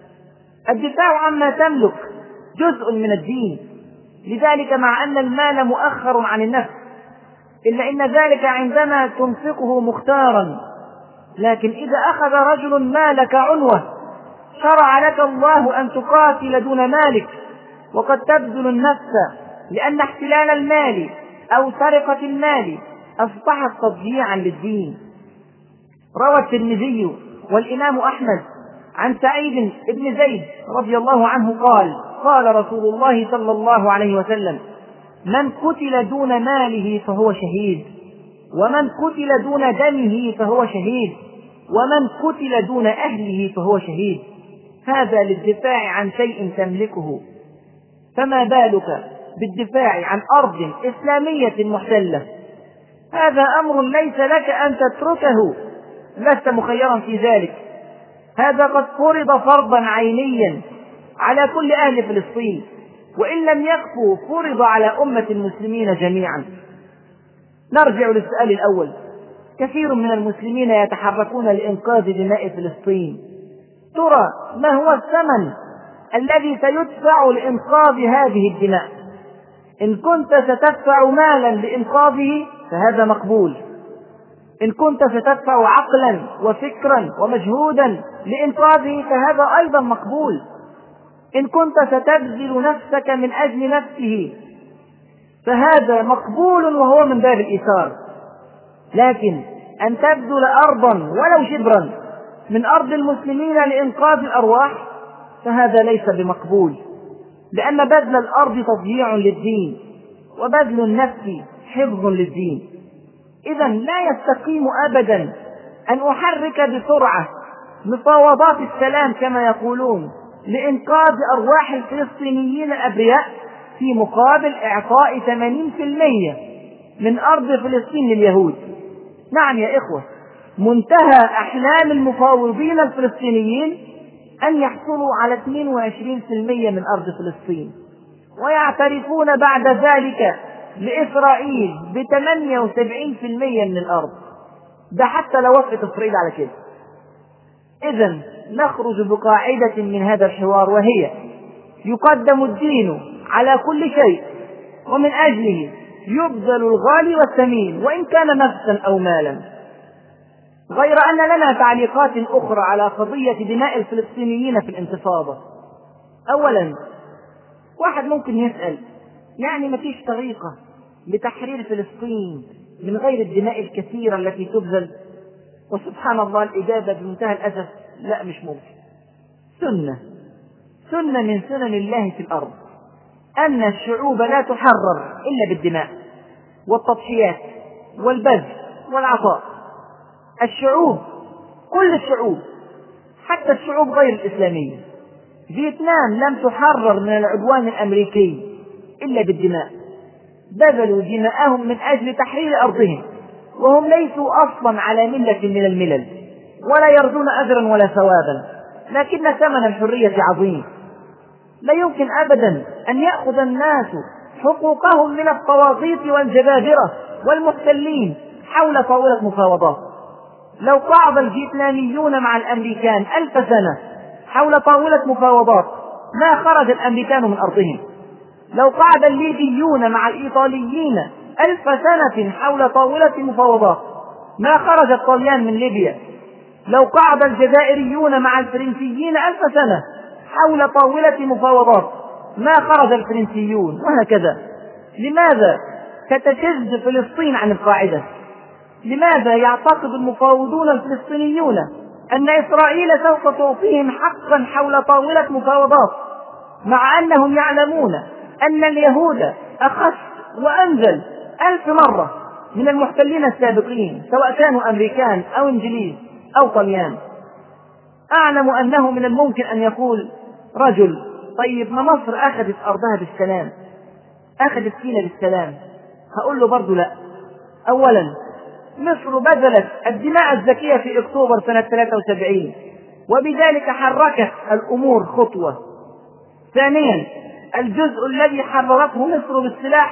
[SPEAKER 1] الدفاع عما تملك جزء من الدين، لذلك مع أن المال مؤخر عن النفس، إلا إن ذلك عندما تنفقه مختارا، لكن إذا أخذ رجل مالك عنوة شرع لك الله أن تقاتل دون مالك، وقد تبذل النفس، لأن احتلال المال أو سرقة المال أصبحت تضييعا للدين. روى الترمذي والإمام أحمد عن سعيد بن زيد رضي الله عنه قال: قال رسول الله صلى الله عليه وسلم: من قتل دون ماله فهو شهيد، ومن قتل دون دمه فهو شهيد، ومن قتل دون أهله فهو شهيد. هذا للدفاع عن شيء تملكه، فما بالك بالدفاع عن أرض إسلامية محتلة؟ هذا أمر ليس لك أن تتركه، لست مخيرا في ذلك. هذا قد فرض فرضا عينيا على كل أهل فلسطين، وإن لم يكفوا فرض على أمة المسلمين جميعا. نرجع للسؤال الأول: كثير من المسلمين يتحركون لإنقاذ دماء فلسطين، ترى ما هو الثمن الذي سيدفع لإنقاذ هذه الدماء؟ إن كنت ستدفع مالا لإنقاذه فهذا مقبول، إن كنت ستدفع عقلا وفكرا ومجهودا لإنقاذه فهذا أيضا مقبول، إن كنت ستبذل نفسك من أجل نفسه فهذا مقبول وهو من باب الإيثار. لكن أن تبذل أرضا ولو شبرا من أرض المسلمين لإنقاذ الأرواح فهذا ليس بمقبول، لأن بذل الأرض تضييع للدين، وبذل النفس حفظ للدين. إذن لا يستقيم أبدا أن أحرك بسرعة مفاوضات السلام كما يقولون لإنقاذ أرواح الفلسطينيين الأبرياء في مقابل إعطاء 80% من أرض فلسطين لليهود. نعم يا إخوة، منتهى أحلام المفاوضين الفلسطينيين أن يحصلوا على 22% من أرض فلسطين، ويعترفون بعد ذلك لإسرائيل ب78% من الأرض. ده حتى لو وافقت إسرائيل على كده. إذن نخرج بقاعدة من هذا الحوار، وهي: يقدم الدين على كل شيء، ومن أجله يبذل الغالي والثمين وإن كان نفسا أو مالا. غير أن لنا تعليقات أخرى على قضية دماء الفلسطينيين في الانتفاضة. أولا، واحد ممكن يسأل: يعني ما فيش طريقة لتحرير فلسطين من غير الدماء الكثيرة التي تبذل؟ وسبحان الله الإجابة بمنتهى الأسف: لا، مش ممكن. سنة من سنن الله في الأرض أن الشعوب لا تحرر إلا بالدماء والتضحيات والبذل والعطاء. الشعوب، كل الشعوب، حتى الشعوب غير الإسلامية. فيتنام لم تحرر من العدوان الأمريكي إلا بالدماء، بذلوا دماءهم من أجل تحرير أرضهم، وهم ليسوا أصلا على ملة من الملل ولا يرجون أجرا ولا ثوابا، لكن ثمن الحرية عظيم. لا يمكن أبدا أن يأخذ الناس حقوقهم من الطواغيت والجبابرة والمحتلين حول طاولة مفاوضات. لو قعد الفيتناميون مع الأمريكان 1000 سنة حول طاولة مفاوضات ما خرج الأمريكان من أرضهم. لو قعد الليبيون مع الإيطاليين 1000 سنة حول طاولة مفاوضات ما خرج الطليان من ليبيا. لو قعد الجزائريون مع الفرنسيين 1000 سنة حول طاولة مفاوضات ما خرج الفرنسيون، وهكذا. لماذا تتشذ فلسطين عن القاعدة؟ لماذا يعتقد المفاوضون الفلسطينيون أن إسرائيل سوف تعطيهم حقا حول طاولة مفاوضات، مع أنهم يعلمون أن اليهود أخف وأنزل 1000 مرة من المحتلين السابقين، سواء كانوا أمريكان أو إنجليز أو طليان؟ أعلم أنه من الممكن أن يقول رجل: طيب ما مصر أخذت أرضها بالسلام، أخذت سيناء بالسلام. هقول له برضو لا. أولا، مصر بذلت الدماء الزكية في أكتوبر سنة 73 وبذلك حركت الأمور خطوة. ثانيا، الجزء الذي حررته مصر بالسلاح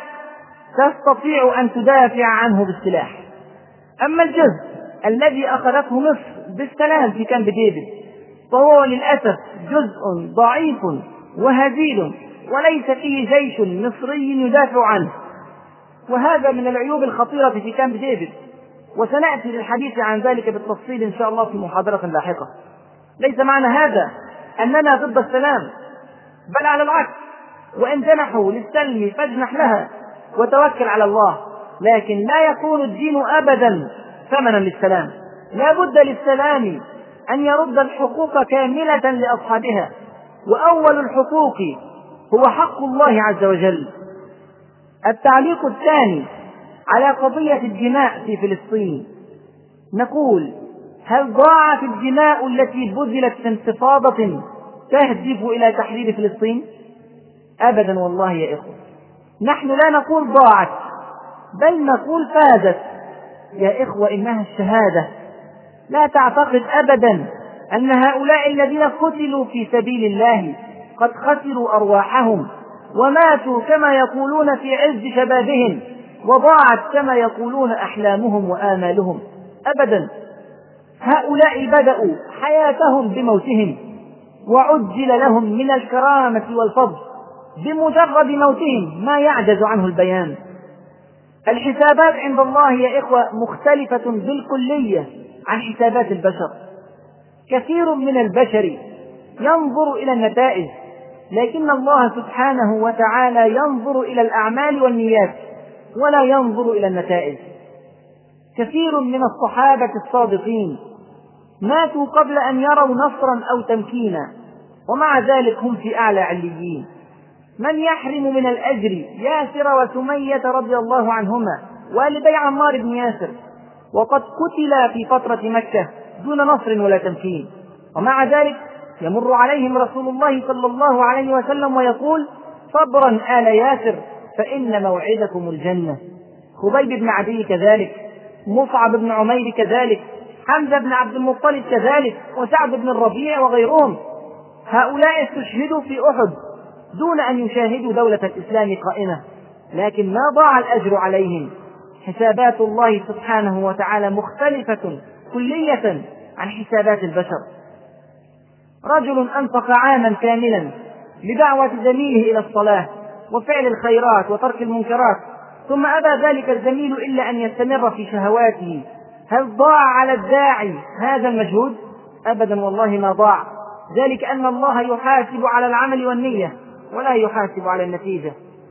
[SPEAKER 1] تستطيع أن تدافع عنه بالسلاح. أما الجزء الذي أخذته مصر بالسلام في كامب ديفيد فهو للأسف جزء ضعيف وهزيل وليس فيه جيش مصري يدافع عنه، وهذا من العيوب الخطيرة في كامب ديفيد، وسنأتي للحديث عن ذلك بالتفصيل إن شاء الله في محاضرة لاحقة. ليس معنى هذا أننا ضد السلام، بل على العكس، وإن جنحوا للسلم فاجنح لها وتوكل على الله، لكن لا يكون الدين أبدا ثمنا للسلام. لا بد للسلام أن يرد الحقوق كاملة لأصحابها، وأول الحقوق هو حق الله عز وجل. التعليق الثاني على قضية الدماء في فلسطين، نقول: هل ضاعت الدماء التي بذلت في انتفاضة تهدف إلى تحرير فلسطين؟ أبدا والله يا إخوة، نحن لا نقول ضاعت، بل نقول فازت. يا إخوة، إنها الشهادة. لا تعتقد أبدا أن هؤلاء الذين قتلوا في سبيل الله قد خسروا أرواحهم وماتوا كما يقولون في عز شبابهم، وضاعت كما يقولون أحلامهم وآمالهم. أبدا، هؤلاء بدأوا حياتهم بموتهم، وعجل لهم من الكرامة والفضل بمجرد موتهم ما يعجز عنه البيان. الحسابات عند الله يا إخوة مختلفة بالكلية عن حسابات البشر. كثير من البشر ينظر إلى النتائج، لكن الله سبحانه وتعالى ينظر إلى الأعمال والنيات ولا ينظر إلى النتائج. كثير من الصحابة الصادقين ماتوا قبل أن يروا نصرا أو تمكينا، ومع ذلك هم في أعلى عليين. من يحرم من الأجر ياسر وسمية رضي الله عنهما والدي عمار بن ياسر، وقد قتلا في فترة مكة دون نصر ولا تمكين، ومع ذلك يمر عليهم رسول الله صلى الله عليه وسلم ويقول: صبرا آل ياسر فإن موعدكم الجنة. خبيب بن عدي كذلك، مصعب بن عمير كذلك، حمزة بن عبد المطلب كذلك، وسعد بن الربيع وغيرهم. هؤلاء استشهدوا في أحد دون أن يشاهدوا دولة الإسلام قائمة، لكن ما ضاع الأجر عليهم. حسابات الله سبحانه وتعالى مختلفة كلية عن حسابات البشر. رجل أنفق عاما كاملا لدعوة زميله إلى الصلاة وفعل الخيرات وترك المنكرات، ثم أبى ذلك الزميل إلا أن يستمر في شهواته. هل ضاع على الداعي هذا المجهود؟ أبدا والله ما ضاع، ذلك أن الله يحاسب على العمل والنية ولا يحاسب على النتيجة.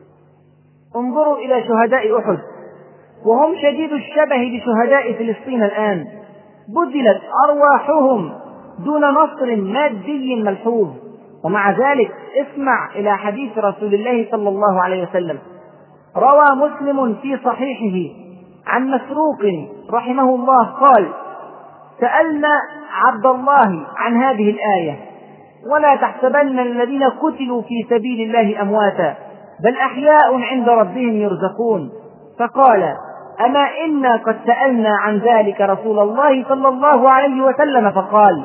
[SPEAKER 1] انظروا إلى شهداء أحد، وهم شديد الشبه بشهداء فلسطين الآن. بذلت أرواحهم دون نصر مادي ملحوظ، ومع ذلك اسمع إلى حديث رسول الله صلى الله عليه وسلم. روى مسلم في صحيحه عن مسروق رحمه الله قال: سألنا عبد الله عن هذه الآية: ولا تحسبن الذين قتلوا في سبيل الله أمواتا بل أحياء عند ربهم يرزقون. فقال: أما إنا قد سألنا عن ذلك رسول الله صلى الله عليه وسلم فقال: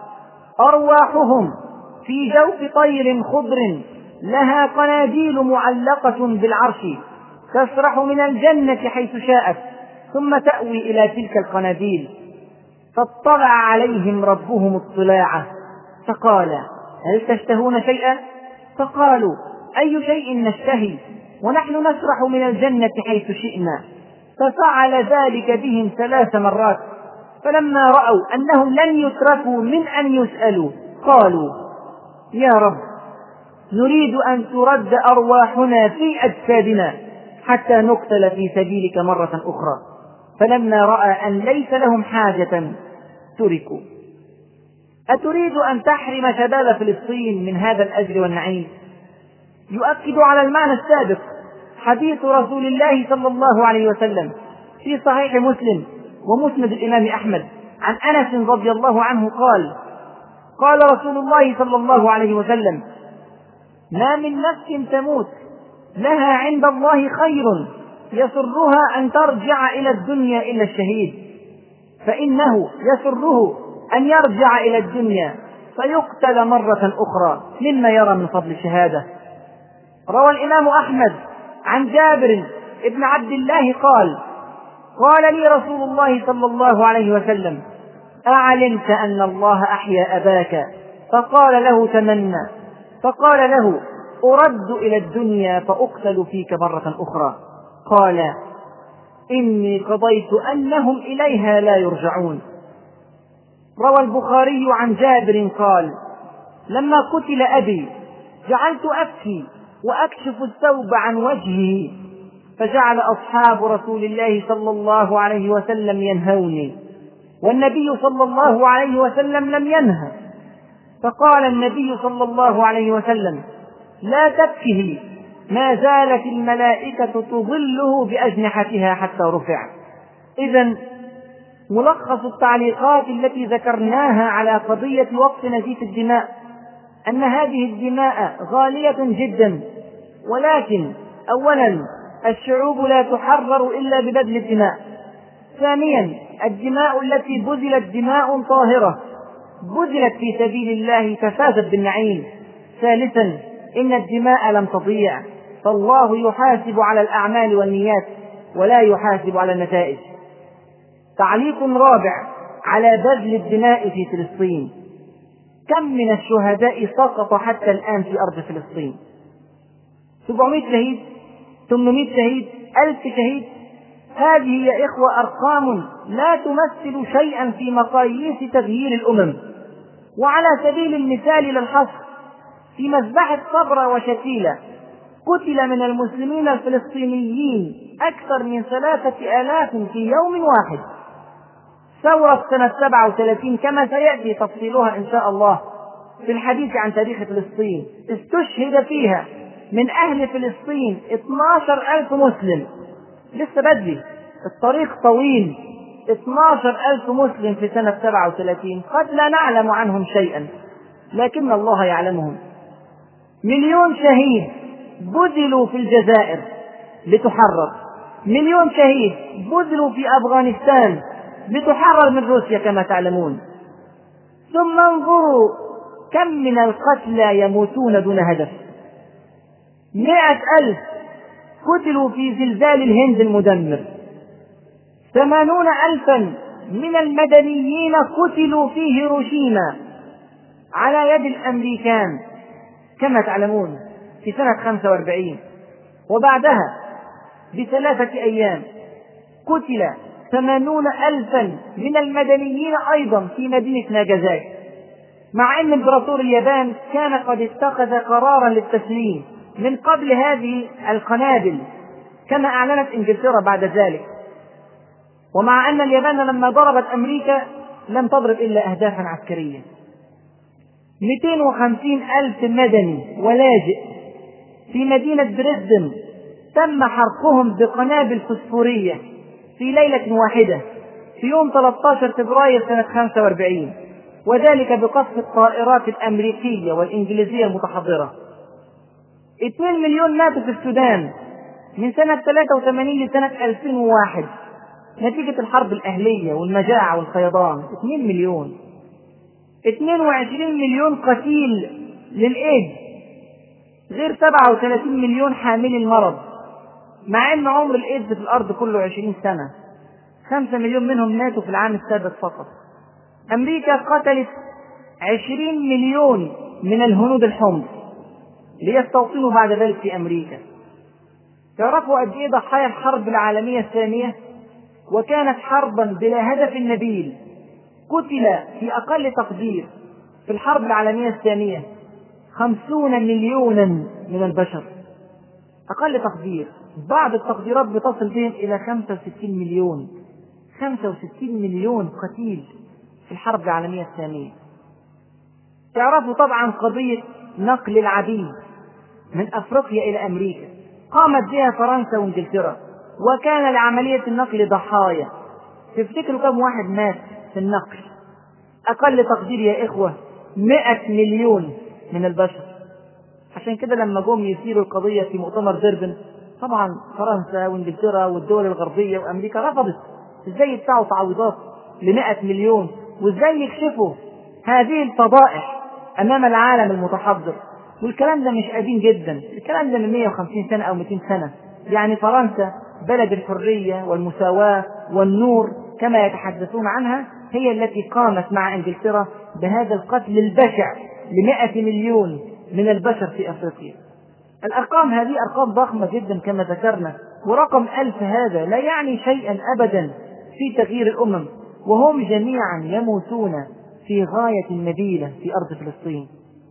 [SPEAKER 1] أرواحهم في جوف طير خضر لها قناديل معلقة بالعرش تسرح من الجنة حيث شاءت ثم تأوي إلى تلك القناديل. فاطلع عليهم ربهم اطلاعا فقال: هل تشتهون شيئا؟ فقالوا: أي شيء نشتهي ونحن نسرح من الجنة حيث شئنا. ففعل ذلك بهم 3 مرات، فلما رأوا أنهم لن يتركوا من أن يسألوا قالوا: يا رب، نريد أن ترد أرواحنا في أجسادنا حتى نقتل في سبيلك مرة أخرى. فلما رأى أن ليس لهم حاجة تركوا. أتريد أن تحرم شباب فلسطين من هذا الأجر والنعيم؟ يؤكد على المعنى السابق حديث رسول الله صلى الله عليه وسلم في صحيح مسلم ومسند الإمام أحمد عن أنس رضي الله عنه قال: قال رسول الله صلى الله عليه وسلم: ما من نفس تموت لها عند الله خير يسرها أن ترجع إلى الدنيا إلا الشهيد، فإنه يسره أن يرجع إلى الدنيا فيقتل مرة أخرى مما يرى من فضل الشهادة. روى الإمام أحمد عن جابر ابن عبد الله قال: قال لي رسول الله صلى الله عليه وسلم: أعلمت أن الله أحيا أباك؟ فقال له: تمنى. فقال له: أرد إلى الدنيا فأقتل فيك مرة أخرى؟ قال: إني قضيت أنهم إليها لا يرجعون. روى البخاري عن جابر قال: لما قتل أبي جعلت أبكي وأكشف الثوب عن وجهه، فجعل أصحاب رسول الله صلى الله عليه وسلم ينهوني، والنبي صلى الله عليه وسلم لم ينهى. فقال النبي صلى الله عليه وسلم: لا تبكه، ما زالت الملائكة تظله بأجنحتها حتى رفع. إذن ملخص التعليقات التي ذكرناها على قضية وقف نزيف الدماء أن هذه الدماء غالية جدا، ولكن أولا الشعوب لا تحرر إلا ببذل الدماء. ثانيا الدماء التي بذلت دماء طاهرة بذلت في سبيل الله ففازت بالنعيم. ثالثا إن الدماء لم تضيع، فالله يحاسب على الأعمال والنيات ولا يحاسب على النتائج. تعليق رابع على بذل الدماء في فلسطين: كم من الشهداء سقط حتى الآن في أرض فلسطين؟ 700 شهيد، 800 شهيد، 1000 شهيد. هذه يا إخوة أرقام لا تمثل شيئا في مقاييس تغيير الأمم. وعلى سبيل المثال للحصر، في مذبحة صبرا وشتيلة قتل من المسلمين الفلسطينيين أكثر من 3000 في يوم واحد. ثورة سنة 37 كما سيأتي تفصيلها إن شاء الله في الحديث عن تاريخ فلسطين استشهد فيها من أهل فلسطين 12,000 مسلم. لسه بدري، الطريق طويل. 12,000 مسلم في سنة 37 قد لا نعلم عنهم شيئا لكن الله يعلمهم. 1,000,000 شهيد بذلوا في الجزائر لتحرر، 1,000,000 شهيد بذلوا في أفغانستان لتحرر من روسيا كما تعلمون. ثم انظروا كم من القتلى يموتون دون هدف. 100,000 قتلوا في زلزال الهند المدمر. 80,000 من المدنيين قتلوا في هيروشيما على يد الأمريكان كما تعلمون في سنة 45. وبعدها ب3 أيام قتل 80,000 من المدنيين أيضا في مدينة ناجازاكي، مع أن إمبراطور اليابان كان قد اتخذ قرارا للتسليم من قبل هذه القنابل كما أعلنت إنجلترا بعد ذلك. ومع أن اليابان لما ضربت أمريكا لم تضرب إلا أهدافا عسكرية. 250,000 مدني ولاجئ في مدينة دريسدن تم حرقهم بقنابل فسفورية في ليلة واحدة في يوم 13 فبراير سنة 45، وذلك بقصف الطائرات الأمريكية والإنجليزية المتحضرة. 2 مليون ماتوا في السودان من سنة 83 لسنة 2001 نتيجة الحرب الأهلية والمجاعة والفيضان. 2 مليون. 22 مليون قتيل للإيدز، غير 37 مليون حامل المرض، مع أن عمر الإيدز في الأرض كله 20 سنة. 5 مليون منهم ماتوا في العام السابق فقط. أمريكا قتلت 20 مليون من الهنود الحمر ليستوطنوا بعد ذلك في أمريكا. تعرفوا قد إيه ضحايا الحرب العالمية الثانية؟ وكانت حربا بلا هدف نبيل. قتل في أقل تقدير في الحرب العالمية الثانية 50 مليونا من البشر، أقل تقدير. بعض التقديرات بتصل بهم إلى 65 مليون. 65 مليون قتيل في الحرب العالمية الثانية. تعرفوا طبعا قضية نقل العبيد من أفريقيا إلى أمريكا، قامت بها فرنسا وإنجلترا، وكان لعملية النقل ضحايا. تفتكروا كم واحد مات في النقل؟ أقل تقدير يا إخوة 100 مليون من البشر. عشان كده لما جم يثيروا القضية في مؤتمر ديربن، طبعا فرنسا وإنجلترا والدول الغربية وأمريكا رفضت. إزاي يدفعوا تعويضات ل100 مليون؟ وإزاي يكشفوا هذه الفضائح أمام العالم المتحضر؟ والكلام ده مش قديم جدا، الكلام ده من 150 سنة أو 200 سنة. يعني فرنسا بلد الحرية والمساواة والنور كما يتحدثون عنها، هي التي قامت مع إنجلترا بهذا القتل البشع ل100 مليون من البشر في أفريقيا. الأرقام هذه أرقام ضخمة جدا كما ذكرنا، ورقم 1000 هذا لا يعني شيئا أبدا في تغيير الأمم، وهم جميعا يموتون في غاية نبيلة في أرض فلسطين.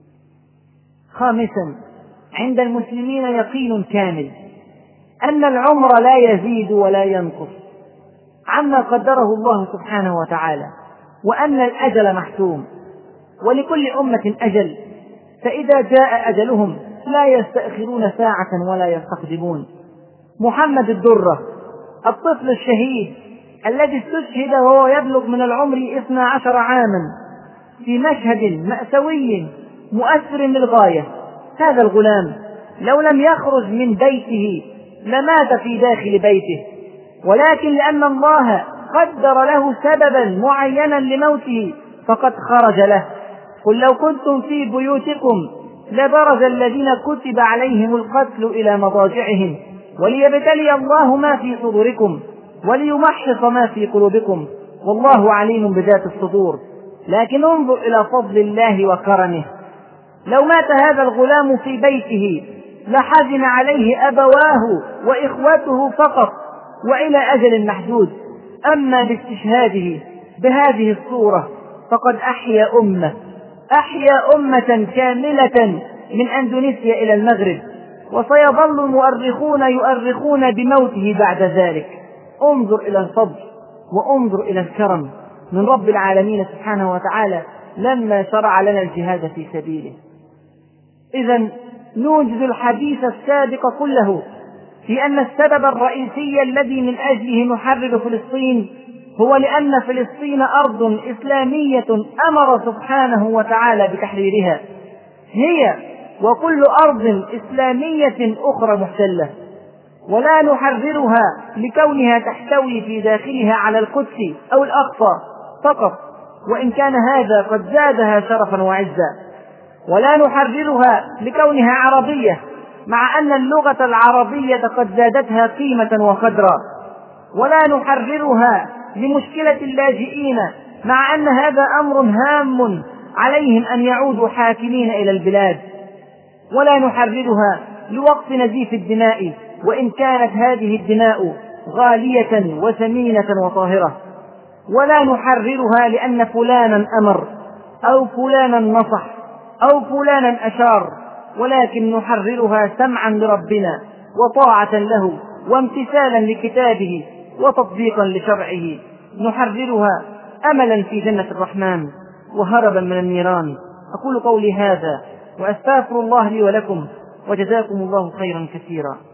[SPEAKER 1] خامسا، عند المسلمين يقين كامل أن العمر لا يزيد ولا ينقص عما قدره الله سبحانه وتعالى، وأن الأجل محتوم، ولكل أمة أجل، فإذا جاء أجلهم لا يستأخرون ساعة ولا يستقدمون. محمد الدرة الطفل الشهيد الذي استشهد وهو يبلغ من العمر 12 عاما في مشهد مأساوي مؤثر للغاية، هذا الغلام لو لم يخرج من بيته لمات في داخل بيته، ولكن لأن الله قدر له سببا معينا لموته فقد خرج له. قل لو كنتم في بيوتكم لبرز الذين كتب عليهم القتل إلى مضاجعهم وليبتلي الله ما في صدوركم وليمحص ما في قلوبكم والله عليم بذات الصدور. لكن انظر إلى فضل الله وكرمه، لو مات هذا الغلام في بيته لحزن عليه أبواه وإخوته فقط وإلى أجل محدود، أما باستشهاده بهذه الصورة فقد أحيا أمة كاملة من أندونيسيا إلى المغرب، وسيظل المؤرخون يؤرخون بموته بعد ذلك. انظر إلى الفضل وانظر إلى الكرم من رب العالمين سبحانه وتعالى لما شرع لنا الجهاد في سبيله. إذن نوجد الحديث السابق كله في أن السبب الرئيسي الذي من أجله نحرر فلسطين هو لأن فلسطين أرض إسلامية أمر سبحانه وتعالى بتحريرها، هي وكل أرض إسلامية أخرى محتلة، ولا نحررها لكونها تحتوي في داخلها على القدس أو الأقصى فقط، وإن كان هذا قد زادها شرفا وعزا، ولا نحررها لكونها عربية مع أن اللغة العربية قد زادتها قيمة وقدرا، ولا نحررها لمشكلة اللاجئين مع أن هذا أمر هام عليهم أن يعودوا حاكمين إلى البلاد، ولا نحررها لوقف نزيف الدماء وإن كانت هذه الدماء غالية وثمينة وطاهرة، ولا نحررها لأن فلانا أمر أو فلانا نصح أو فلانا أشار، ولكن نحررها سمعا لربنا وطاعة له وامتثالا لكتابه وتطبيقا لشرعه، نحررها أملا في جنة الرحمن وهربا من النيران. أقول قولي هذا وأستغفر الله لي ولكم، وجزاكم الله خيرا كثيرا.